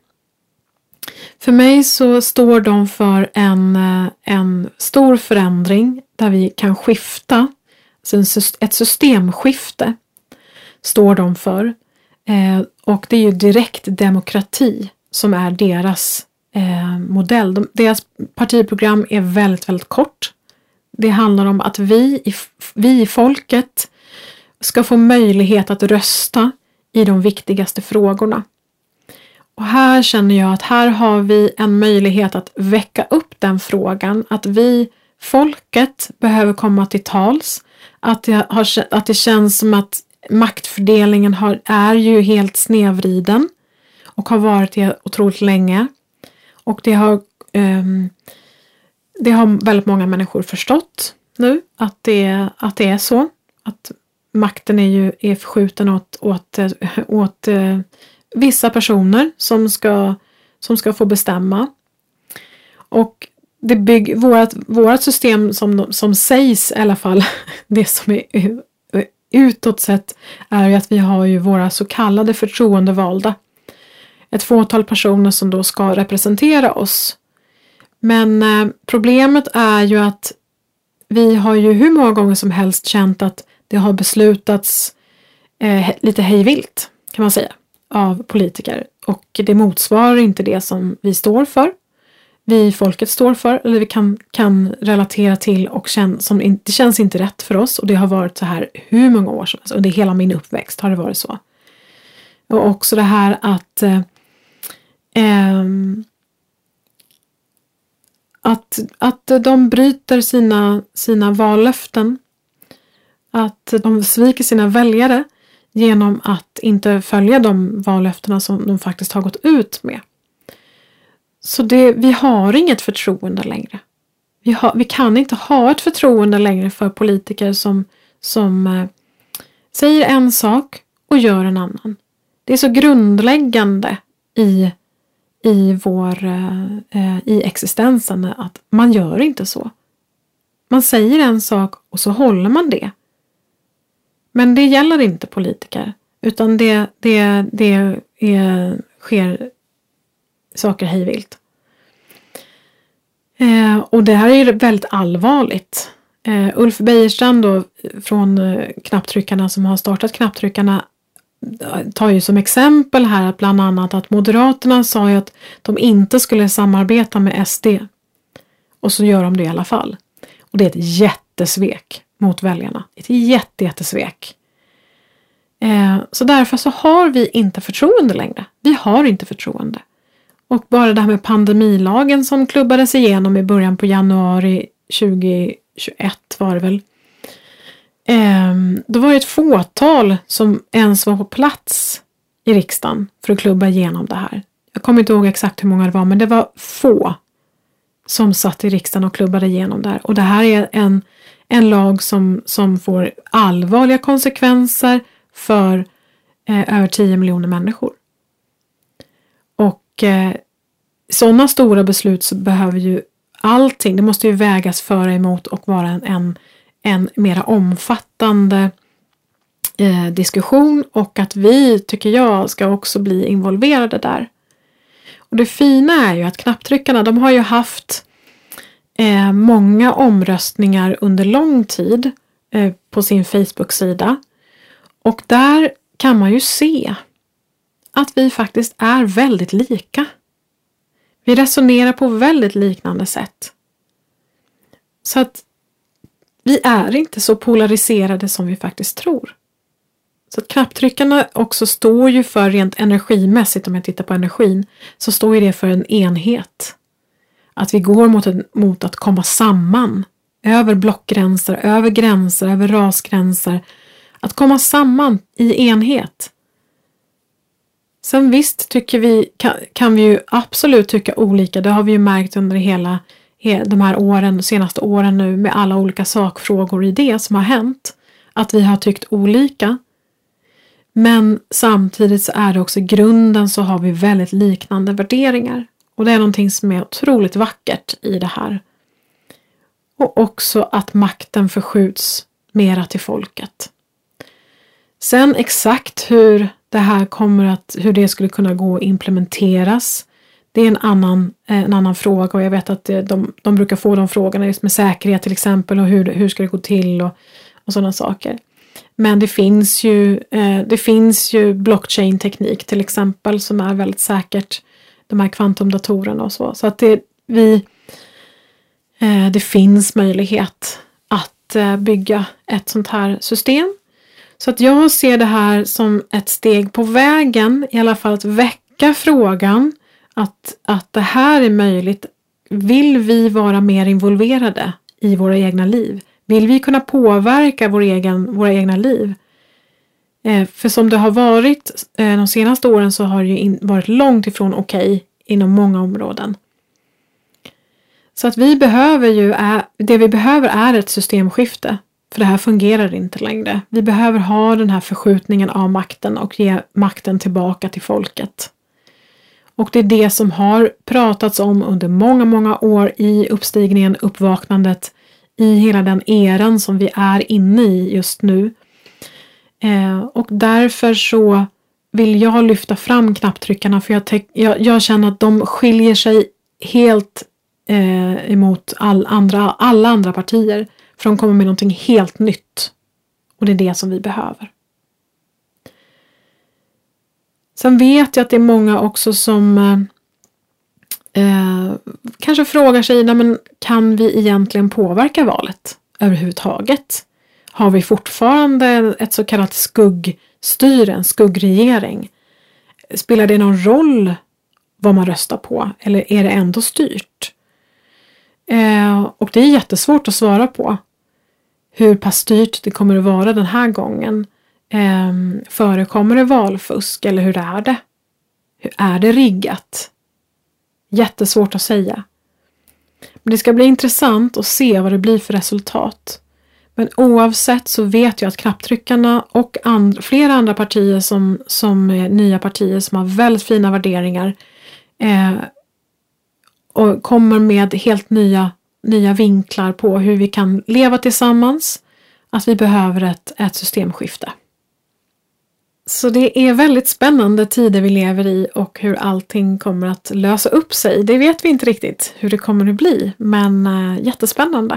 För mig så står de för en, en stor förändring där vi kan skifta, alltså ett systemskifte står de för. Eh, och det är ju direkt demokrati som är deras Eh, modell. De, deras partiprogram är väldigt, väldigt kort. Det handlar om att vi i, vi i folket ska få möjlighet att rösta i de viktigaste frågorna. Och här känner jag att här har vi en möjlighet att väcka upp den frågan. Att vi, folket, behöver komma till tals. Att det, har, att det känns som att maktfördelningen har, är ju helt snedvriden och har varit det otroligt länge. Och det har, um, det har väldigt många människor förstått nu att det, att det är så. Att makten är ju är förskjuten åt, åt, åt uh, vissa personer som ska, som ska få bestämma. Och det bygg, vårat, vårat system som, som sägs i alla fall, det som är utåt sett, är ju att vi har ju våra så kallade förtroendevalda. Ett fåtal personer som då ska representera oss. Men eh, problemet är ju att vi har ju hur många gånger som helst känt att det har beslutats eh, lite hejvilt, kan man säga, av politiker. Och det motsvarar inte det som vi står för. Vi folket står för, eller vi kan, kan relatera till och känna, som inte, det känns inte rätt för oss. Och det har varit så här hur många år som helst. Och det är hela min uppväxt har det varit så. Och också det här att eh, eh, Att, att de bryter sina, sina vallöften. Att de sviker sina väljare genom att inte följa de vallöftena som de faktiskt har gått ut med. Så det, vi har inget förtroende längre. Vi, har, vi kan inte ha ett förtroende längre för politiker som, som eh, säger en sak och gör en annan. Det är så grundläggande i i vår eh, i existensen att man gör inte så. Man säger en sak och så håller man det. Men det gäller inte politiker, utan det, det, det är, sker saker hejvilt. Eh, och det här är ju väldigt allvarligt. Eh, Ulf Bejerstrand då, från eh, knapptryckarna som har startat knapptryckarna, tar ju som exempel här att bland annat att Moderaterna sa ju att de inte skulle samarbeta med S D. Och så gör de det i alla fall. Och det är ett jättesvek mot väljarna. Ett jätte, jättesvek. Eh, så därför så har vi inte förtroende längre. Vi har inte förtroende. Och bara det här med pandemilagen som klubbades igenom i början på januari tjugohundratjugoett var det väl. Eh, då var det ett fåtal som ens var på plats i riksdagen för att klubba igenom det här. Jag kommer inte ihåg exakt hur många det var, men det var få som satt i riksdagen och klubbade igenom det här. Och det här är en, en lag som, som får allvarliga konsekvenser för eh, över tio miljoner människor. Och eh, sådana stora beslut så behöver ju allting, det måste ju vägas för och emot och vara en, en, en mera omfattande eh, diskussion, och att vi, tycker jag, ska också bli involverade där. Och det fina är ju att knapptryckarna, de har ju haft eh, många omröstningar under lång tid eh, på sin Facebook-sida. Och där kan man ju se att vi faktiskt är väldigt lika. Vi resonerar på väldigt liknande sätt. Så att vi är inte så polariserade som vi faktiskt tror. Så att knapptryckarna också står ju för, rent energimässigt, om jag tittar på energin, så står ju det för en enhet. Att vi går mot, en, mot att komma samman över blockgränser, över gränser, över rasgränser. Att komma samman i enhet. Sen visst tycker vi, kan, kan vi ju absolut tycka olika. Det har vi ju märkt under hela de här åren, de senaste åren nu, med alla olika sakfrågor i det som har hänt. Att vi har tyckt olika. Men samtidigt så är det också i grunden, så har vi väldigt liknande värderingar. Och det är någonting som är otroligt vackert i det här. Och också att makten förskjuts mera till folket. Sen exakt hur det här kommer att, hur det skulle kunna gå att implementeras, det är en annan, en annan fråga. Och jag vet att de, de brukar få de frågorna just med säkerhet till exempel, och hur, hur ska det gå till och, och sådana saker. Men det finns ju, eh, det finns ju blockchain-teknik till exempel som är väldigt säkert, de här kvantumdatorerna och så. Så att det, vi, eh, det finns möjlighet att eh, bygga ett sånt här system. Så att jag ser det här som ett steg på vägen, i alla fall att väcka frågan att, att det här är möjligt. Vill vi vara mer involverade i våra egna liv? Vill vi kunna påverka vår egen, våra egna liv? Eh, för som det har varit eh, de senaste åren, så har det ju in, varit långt ifrån okej okay inom många områden. Så att vi behöver ju, är, det vi behöver är ett systemskifte. För det här fungerar inte längre. Vi behöver ha den här förskjutningen av makten och ge makten tillbaka till folket. Och det är det som har pratats om under många, många år i uppstigningen, uppvaknandet, i hela den eran som vi är inne i just nu. Eh, och därför så vill jag lyfta fram knapptryckarna, för jag, te- jag, jag känner att de skiljer sig helt eh, emot all andra, alla andra partier. För de kommer med någonting helt nytt. Och det är det som vi behöver. Sen vet jag att det är många också som eh, kanske frågar sig, nej, men kan vi egentligen påverka valet överhuvudtaget? Har vi fortfarande ett så kallat skuggstyre, en skuggregering? Spelar det någon roll vad man röstar på? Eller är det ändå styrt? Eh, och det är jättesvårt att svara på hur pass styrt det kommer att vara den här gången. Eh, förekommer det valfusk eller hur är det? Hur är det riggat? Jättesvårt att säga. Men det ska bli intressant att se vad det blir för resultat. Men oavsett så vet jag att knapptryckarna och andra, flera andra partier som, som är nya partier som har väldigt fina värderingar eh, och kommer med helt nya, nya vinklar på hur vi kan leva tillsammans, att vi behöver ett, ett systemskifte. Så det är väldigt spännande tider vi lever i och hur allting kommer att lösa upp sig. Det vet vi inte riktigt hur det kommer att bli, men äh, jättespännande.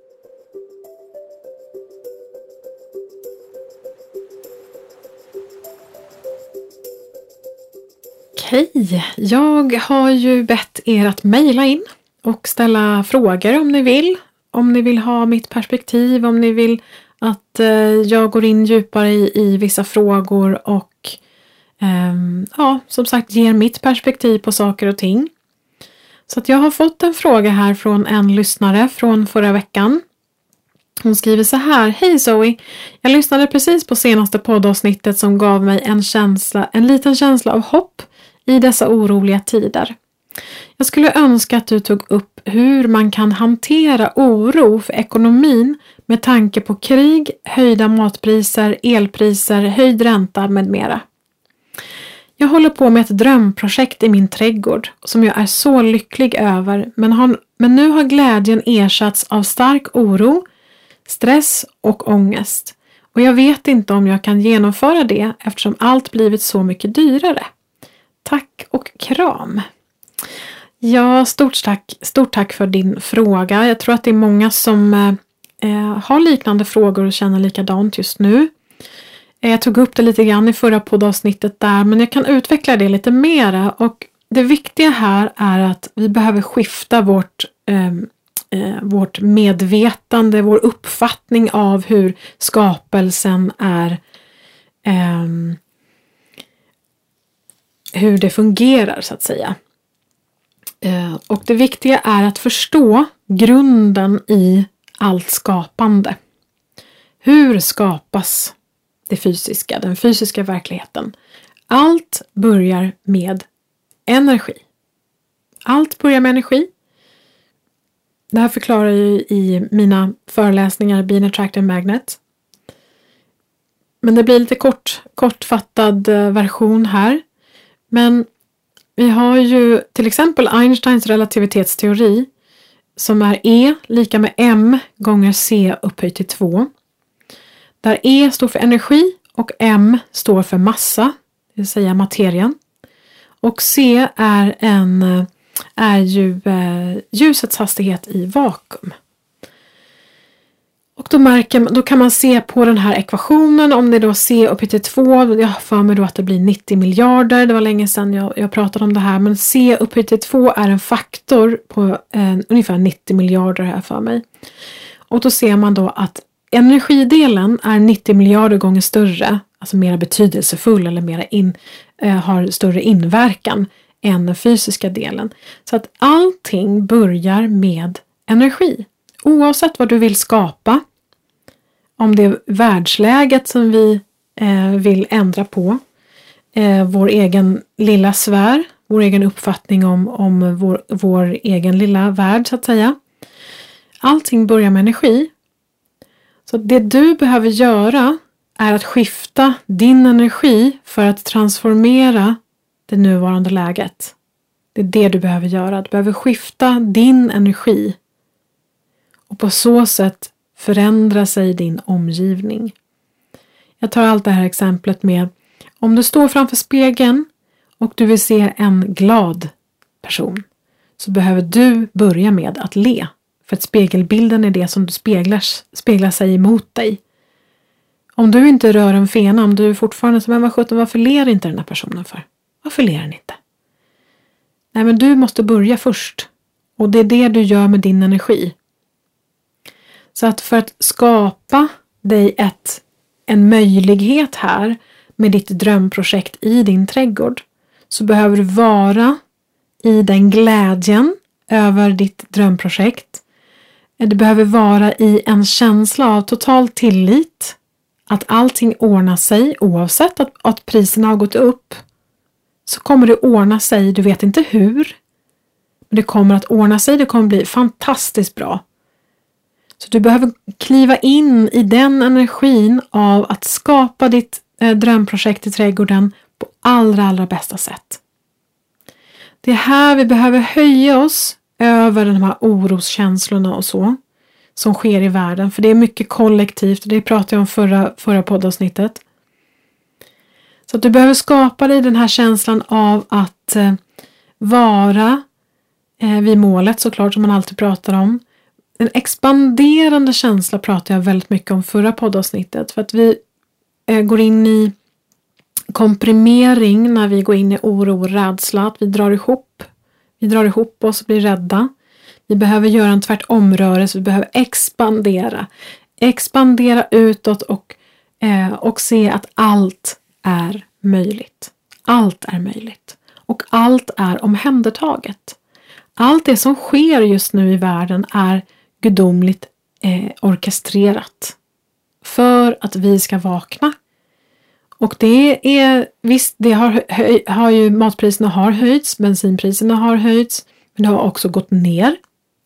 Okej, jag har ju bett er att mejla in och ställa frågor om ni vill. Om ni vill ha mitt perspektiv, om ni vill att eh, jag går in djupare i, i vissa frågor och eh, ja, som sagt ger mitt perspektiv på saker och ting. Så att jag har fått en fråga här från en lyssnare från förra veckan. Hon skriver så här: Hej Zoe, jag lyssnade precis på senaste poddavsnittet som gav mig en känsla, en liten känsla av hopp i dessa oroliga tider. Jag skulle önska att du tog upp hur man kan hantera oro för ekonomin med tanke på krig, höjda matpriser, elpriser, höjd ränta med mera. Jag håller på med ett drömprojekt i min trädgård som jag är så lycklig över, men, har, men nu har glädjen ersatts av stark oro, stress och ångest. Och jag vet inte om jag kan genomföra det eftersom allt blivit så mycket dyrare. Tack och kram. Ja, stort tack, stort tack för din fråga. Jag tror att det är många som eh, har liknande frågor och känner likadant just nu. Eh, jag tog upp det lite grann i förra poddavsnittet där, men jag kan utveckla det lite mera. Och det viktiga här är att vi behöver skifta vårt, eh, eh, vårt medvetande, vår uppfattning av hur skapelsen är, eh, hur det fungerar så att säga. Och det viktiga är att förstå grunden i allt skapande. Hur skapas det fysiska, den fysiska verkligheten? Allt börjar med energi. Allt börjar med energi. Det här förklarar jag i mina föreläsningar Being Attracted Magnet. Men det blir lite kort, kortfattad version här. Men vi har ju till exempel Einsteins relativitetsteori som är E lika med M gånger C upphöjt till två. Där E står för energi och M står för massa, det vill säga materien. Och C är, en, är ju eh, ljusets hastighet i vakuum. Och då, märker, då kan man se på den här ekvationen, om det då C upphöjt till två, jag har för mig då att det blir nittio miljarder, det var länge sedan jag, jag pratade om det här, men C upphöjt till två är en faktor på eh, ungefär nittio miljarder här för mig. Och då ser man då att energidelen är nittio miljarder gånger större, alltså mer betydelsefull eller mer in, eh, har större inverkan än den fysiska delen. Så att allting börjar med energi. Oavsett vad du vill skapa, om det är världsläget som vi eh, vill ändra på, eh, vår egen lilla sfär, vår egen uppfattning om, om vår, vår egen lilla värld så att säga. Allting börjar med energi. Så det du behöver göra är att skifta din energi för att transformera det nuvarande läget. Det är det du behöver göra. Du behöver skifta din energi. Och på så sätt förändra sig din omgivning. Jag tar allt det här exemplet med. Om du står framför spegeln och du vill se en glad person. Så behöver du börja med att le. För att spegelbilden är det som du speglar, speglar sig emot dig. Om du inte rör en fena, om du är fortfarande som en var sjutton, varför ler inte den här personen för? Varför ler den inte? Nej, men du måste börja först. Och det är det du gör med din energi. Så att för att skapa dig ett, en möjlighet här med ditt drömprojekt i din trädgård, så behöver du vara i den glädjen över ditt drömprojekt. Du behöver vara i en känsla av total tillit. Att allting ordnar sig oavsett att, att priserna har gått upp. Så kommer det ordna sig, du vet inte hur. Men det kommer att ordna sig, det kommer bli fantastiskt bra. Så du behöver kliva in i den energin av att skapa ditt eh, drömprojekt i trädgården på allra, allra bästa sätt. Det är här vi behöver höja oss över de här oroskänslorna och så som sker i världen. För det är mycket kollektivt och det pratade jag om förra, förra poddavsnittet. Så att du behöver skapa dig den här känslan av att eh, vara eh, vid målet, såklart, som man alltid pratar om. En expanderande känsla pratade jag väldigt mycket om förra poddavsnittet. För att vi eh, går in i komprimering när vi går in i oro och rädsla. Att vi drar ihop. Vi drar ihop oss och blir rädda. Vi behöver göra en tvärtomrörelse. Vi behöver expandera. Expandera utåt och, eh, och se att allt är möjligt. Allt är möjligt. Och allt är omhändertaget. Allt det som sker just nu i världen är gudomligt eh, orkestrerat. För att vi ska vakna. Och det är, visst, det har, höj, har ju, matpriserna har höjts, bensinpriserna har höjts, men det har också gått ner.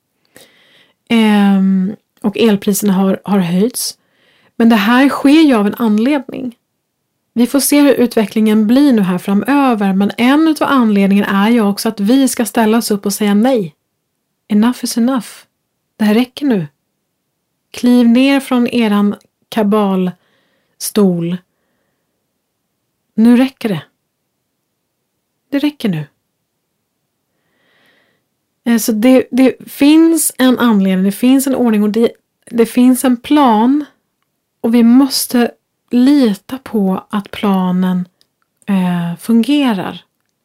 Ehm, och elpriserna har, har höjts. Men det här sker ju av en anledning. Vi får se hur utvecklingen blir nu här framöver, men en av anledningen är ju också att vi ska ställa oss upp och säga nej. Enough is enough. Det här räcker nu. Kliv ner från eran kabalstol. Nu räcker det. Det räcker nu. Så det, det finns en anledning, det finns en ordning och det, det finns en plan. Och vi måste lita på att planen eh, fungerar.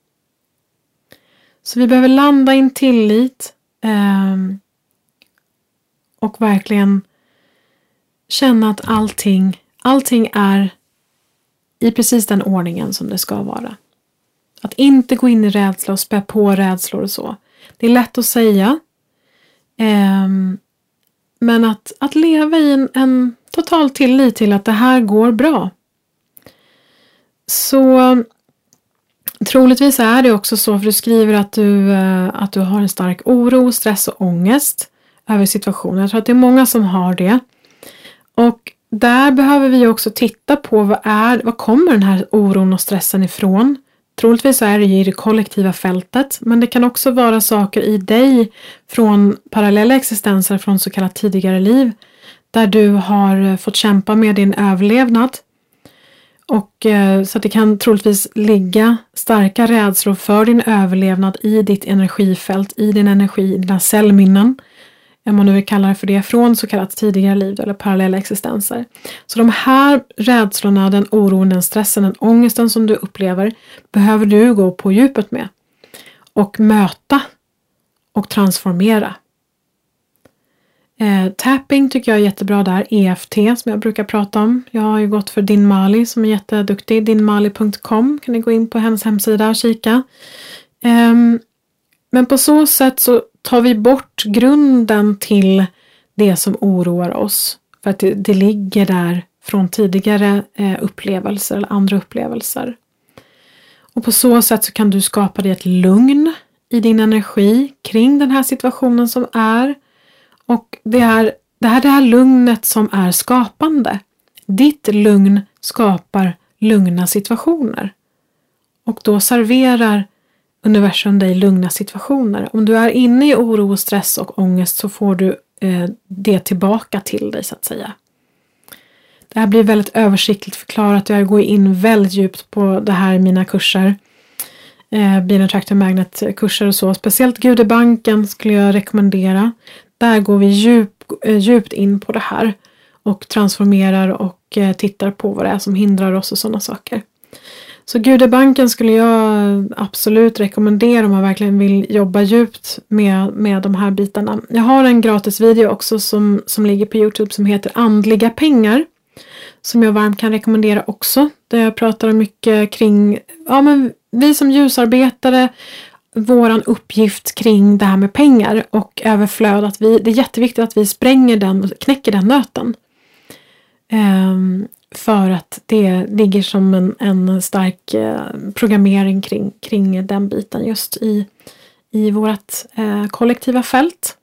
Så vi behöver landa i en tillit. Eh, och verkligen känna att allting, allting är i precis den ordningen som det ska vara. Att inte gå in i rädsla och spä på rädslor och så. Det är lätt att säga. Eh, men att, att leva i en, en total tillit till att det här går bra. Så troligtvis är det också så, för du skriver att du, att du har en stark oro, stress och ångest över situationen. Jag tror att det är många som har det. Och där behöver vi också titta på vad är, vad kommer den här oron och stressen ifrån. Troligtvis är det i det kollektiva fältet, men det kan också vara saker i dig från parallella existenser från så kallat tidigare liv, där du har fått kämpa med din överlevnad. Och eh, så att det kan troligtvis ligga starka rädslor för din överlevnad i ditt energifält, i din energi, i dina cellminnen. Om man nu vill kalla det för det, från så kallat tidigare liv eller parallella existenser. Så de här rädslorna, den oron, den stressen, den ångesten som du upplever, behöver du gå på djupet med. Och möta och transformera. Eh, tapping tycker jag är jättebra där. E F T som jag brukar prata om. Jag har ju gått för Din Mali som är jätteduktig. din mali punkt com kan ni gå in på hennes hemsida och kika. Eh, men på så sätt så tar vi bort grunden till det som oroar oss. För att det, det ligger där från tidigare eh, upplevelser eller andra upplevelser. Och på så sätt så kan du skapa dig ett lugn i din energi kring den här situationen som är. Och det är det här, det här lugnet som är skapande. Ditt lugn skapar lugna situationer. Och då serverar universum dig lugna situationer. Om du är inne i oro, stress och ångest så får du eh, det tillbaka till dig så att säga. Det här blir väldigt översiktligt förklarat. Jag går in väldigt djupt på det här i mina kurser. Eh, Being Attractor Magnet kurser och så. Speciellt Gudebanken skulle jag rekommendera. Där går vi djup, eh, djupt in på det här. Och transformerar och eh, tittar på vad det är som hindrar oss och sådana saker. Så Gudebanken skulle jag absolut rekommendera om man verkligen vill jobba djupt med, med de här bitarna. Jag har en gratis video också som, som ligger på YouTube som heter Andliga pengar. Som jag varmt kan rekommendera också. Där jag pratar mycket kring, ja men vi som ljusarbetare, våran uppgift kring det här med pengar och överflöd. Att vi, det är jätteviktigt att vi spränger den och knäcker den nöten. Um, för att det ligger som en, en stark eh, programmering kring, kring den biten just i, i vårt eh, kollektiva fält.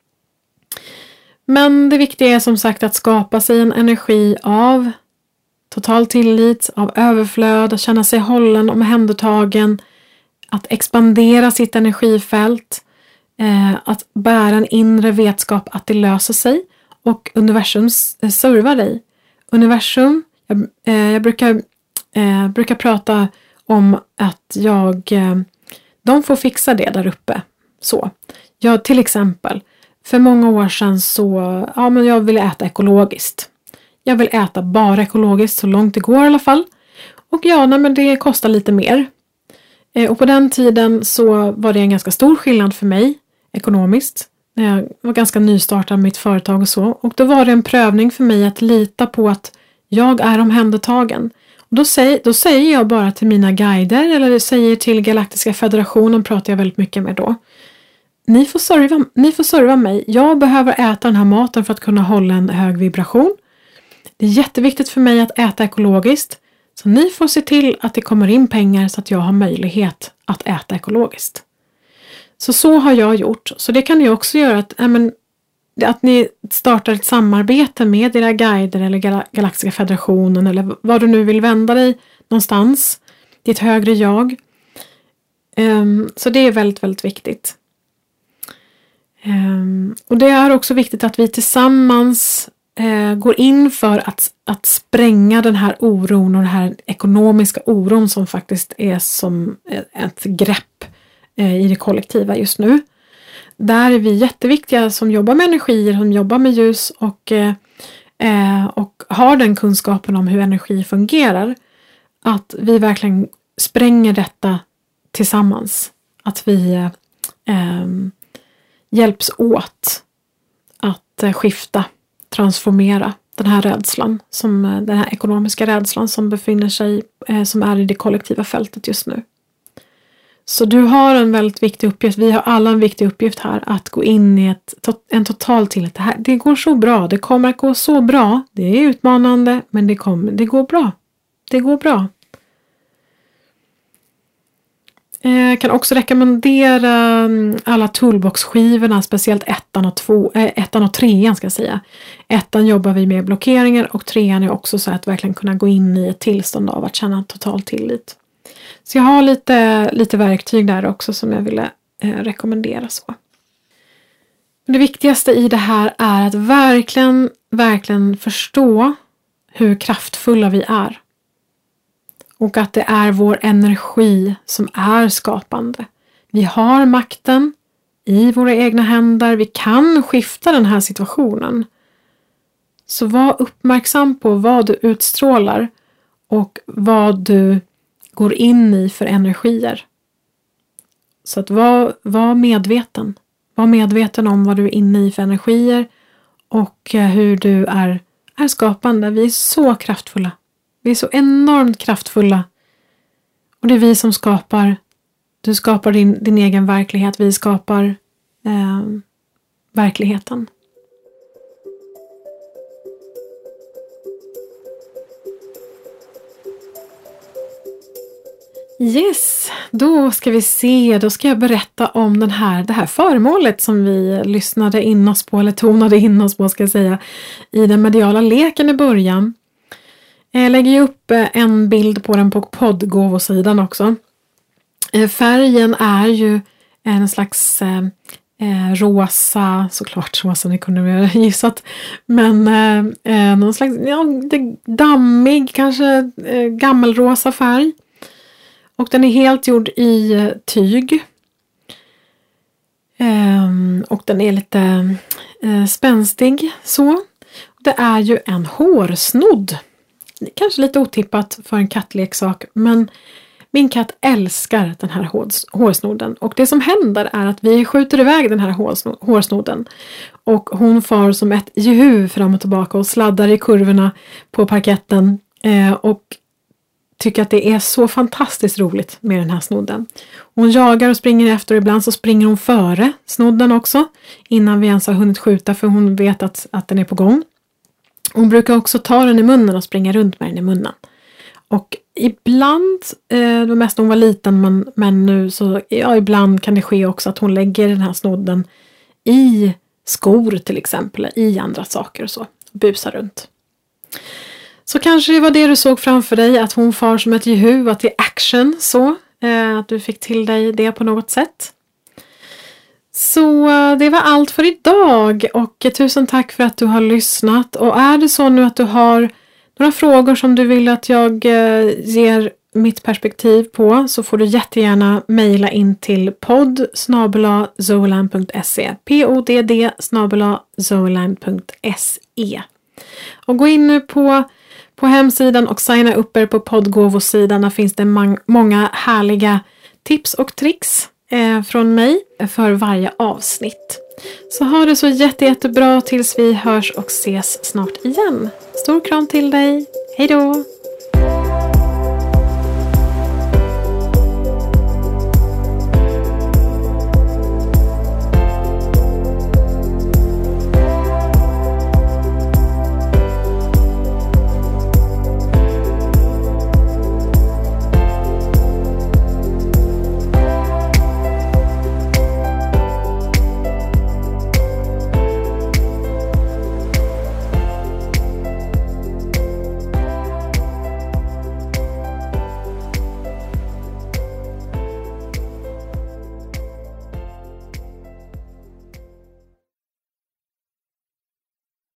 Men det viktiga är som sagt att skapa sig en energi av total tillit, av överflöd, att känna sig hållen och omhändertagen, att expandera sitt energifält, eh, att bära en inre vetskap att det löser sig och universum servar dig. Universum, jag, eh, jag brukar, eh, brukar prata om att jag, eh, de får fixa det där uppe. Så, jag till exempel, för många år sedan så, ja men jag ville äta ekologiskt. Jag vill äta bara ekologiskt så långt det går i alla fall. Och ja, nej, men det kostar lite mer. Eh, och på den tiden så var det en ganska stor skillnad för mig ekonomiskt. Jag var ganska nystartad med mitt företag och så. Och då var det en prövning för mig att lita på att jag är omhändertagen. Och då, säger, då säger jag bara till mina guider eller säger till Galaktiska federationen, pratar jag väldigt mycket med då. Ni får serva, ni får serva mig. Jag behöver äta den här maten för att kunna hålla en hög vibration. Det är jätteviktigt för mig att äta ekologiskt. Så ni får se till att det kommer in pengar så att jag har möjlighet att äta ekologiskt. Så så har jag gjort. Så det kan ni också göra att, äh, men, att ni startar ett samarbete med era guider eller Gal- Galaktiska federationen eller vad du nu vill vända dig någonstans. Ditt högre jag. Um, så det är väldigt, väldigt viktigt. Um, och det är också viktigt att vi tillsammans uh, går in för att, att spränga den här oron och den här ekonomiska oron som faktiskt är som ett grepp i det kollektiva just nu. Där är vi jätteviktiga som jobbar med energier, som jobbar med ljus och, eh, och har den kunskapen om hur energi fungerar. Att vi verkligen spränger detta tillsammans. Att vi eh, hjälps åt att eh, skifta, transformera den här rädslan, som, den här ekonomiska rädslan som befinner sig, eh, som är i det kollektiva fältet just nu. Så du har en väldigt viktig uppgift. Vi har alla en viktig uppgift här. Att gå in i ett, en total tillit. Det, här, det går så bra. Det kommer att gå så bra. Det är utmanande. Men det, kommer, det går bra. Det går bra. Jag kan också rekommendera alla toolbox-skivorna. Speciellt ettan och, två, äh, ettan och trean ska jag säga. Ettan jobbar vi med blockeringar. Och trean är också så att verkligen kunna gå in i ett tillstånd av att känna total tillit. Så jag har lite, lite verktyg där också som jag ville eh, rekommendera så. Men det viktigaste i det här är att verkligen, verkligen förstå hur kraftfulla vi är. Och att det är vår energi som är skapande. Vi har makten i våra egna händer. Vi kan skifta den här situationen. Så var uppmärksam på vad du utstrålar och vad du går in i för energier. Så att var, var medveten. Var medveten om vad du är inne i för energier. Och hur du är, är skapande. Vi är så kraftfulla. Vi är så enormt kraftfulla. Och det är vi som skapar. Du skapar din, din egen verklighet. Vi skapar eh, verkligheten. Yes, då ska vi se, då ska jag berätta om den här, det här föremålet som vi lyssnade in oss på, eller tonade in oss på ska jag säga, i den mediala leken i början. Jag lägger ju upp en bild på den på poddgåvosidan också. Färgen är ju en slags eh, rosa, såklart rosa, ni kunde väl gissat, men eh, någon slags ja, dammig, kanske eh, gammelrosa färg. Och den är helt gjord i tyg. Ehm, och den är lite eh, spänstig så. Det är ju en hårsnodd. Kanske lite otippat för en kattleksak, men min katt älskar den här hårsnodden. Och det som händer är att vi skjuter iväg den här hårsnodden. Och hon far som ett jehu fram och tillbaka och sladdar i kurvorna på parketten. Eh, och tycker att det är så fantastiskt roligt med den här snodden. Hon jagar och springer efter, och ibland så springer hon före snodden också. Innan vi ens har hunnit skjuta, för hon vet att, att den är på gång. Hon brukar också ta den i munnen och springa runt med den i munnen. Och ibland, eh, det var mest när hon var liten, men, men nu så, ja, ibland kan det ske också att hon lägger den här snodden i skor till exempel, i andra saker och så. Busar runt. Så kanske det var det du såg framför dig, att hon far som ett jehu, att det är action så, eh, att du fick till dig det på något sätt. Så det var allt för idag, och tusen tack för att du har lyssnat. Och är det så nu att du har några frågor som du vill att jag ger mitt perspektiv på, så får du jättegärna mejla in till podd snabel-a zoeland punkt se, podd snabel-a zoeland punkt se. Och gå in nu på, på hemsidan och signa upp er på poddgåvosidan. Där finns det mang- många härliga tips och tricks eh, från mig för varje avsnitt. Så ha det så jätte, jättebra tills vi hörs och ses snart igen. Stor kram till dig. Hej då!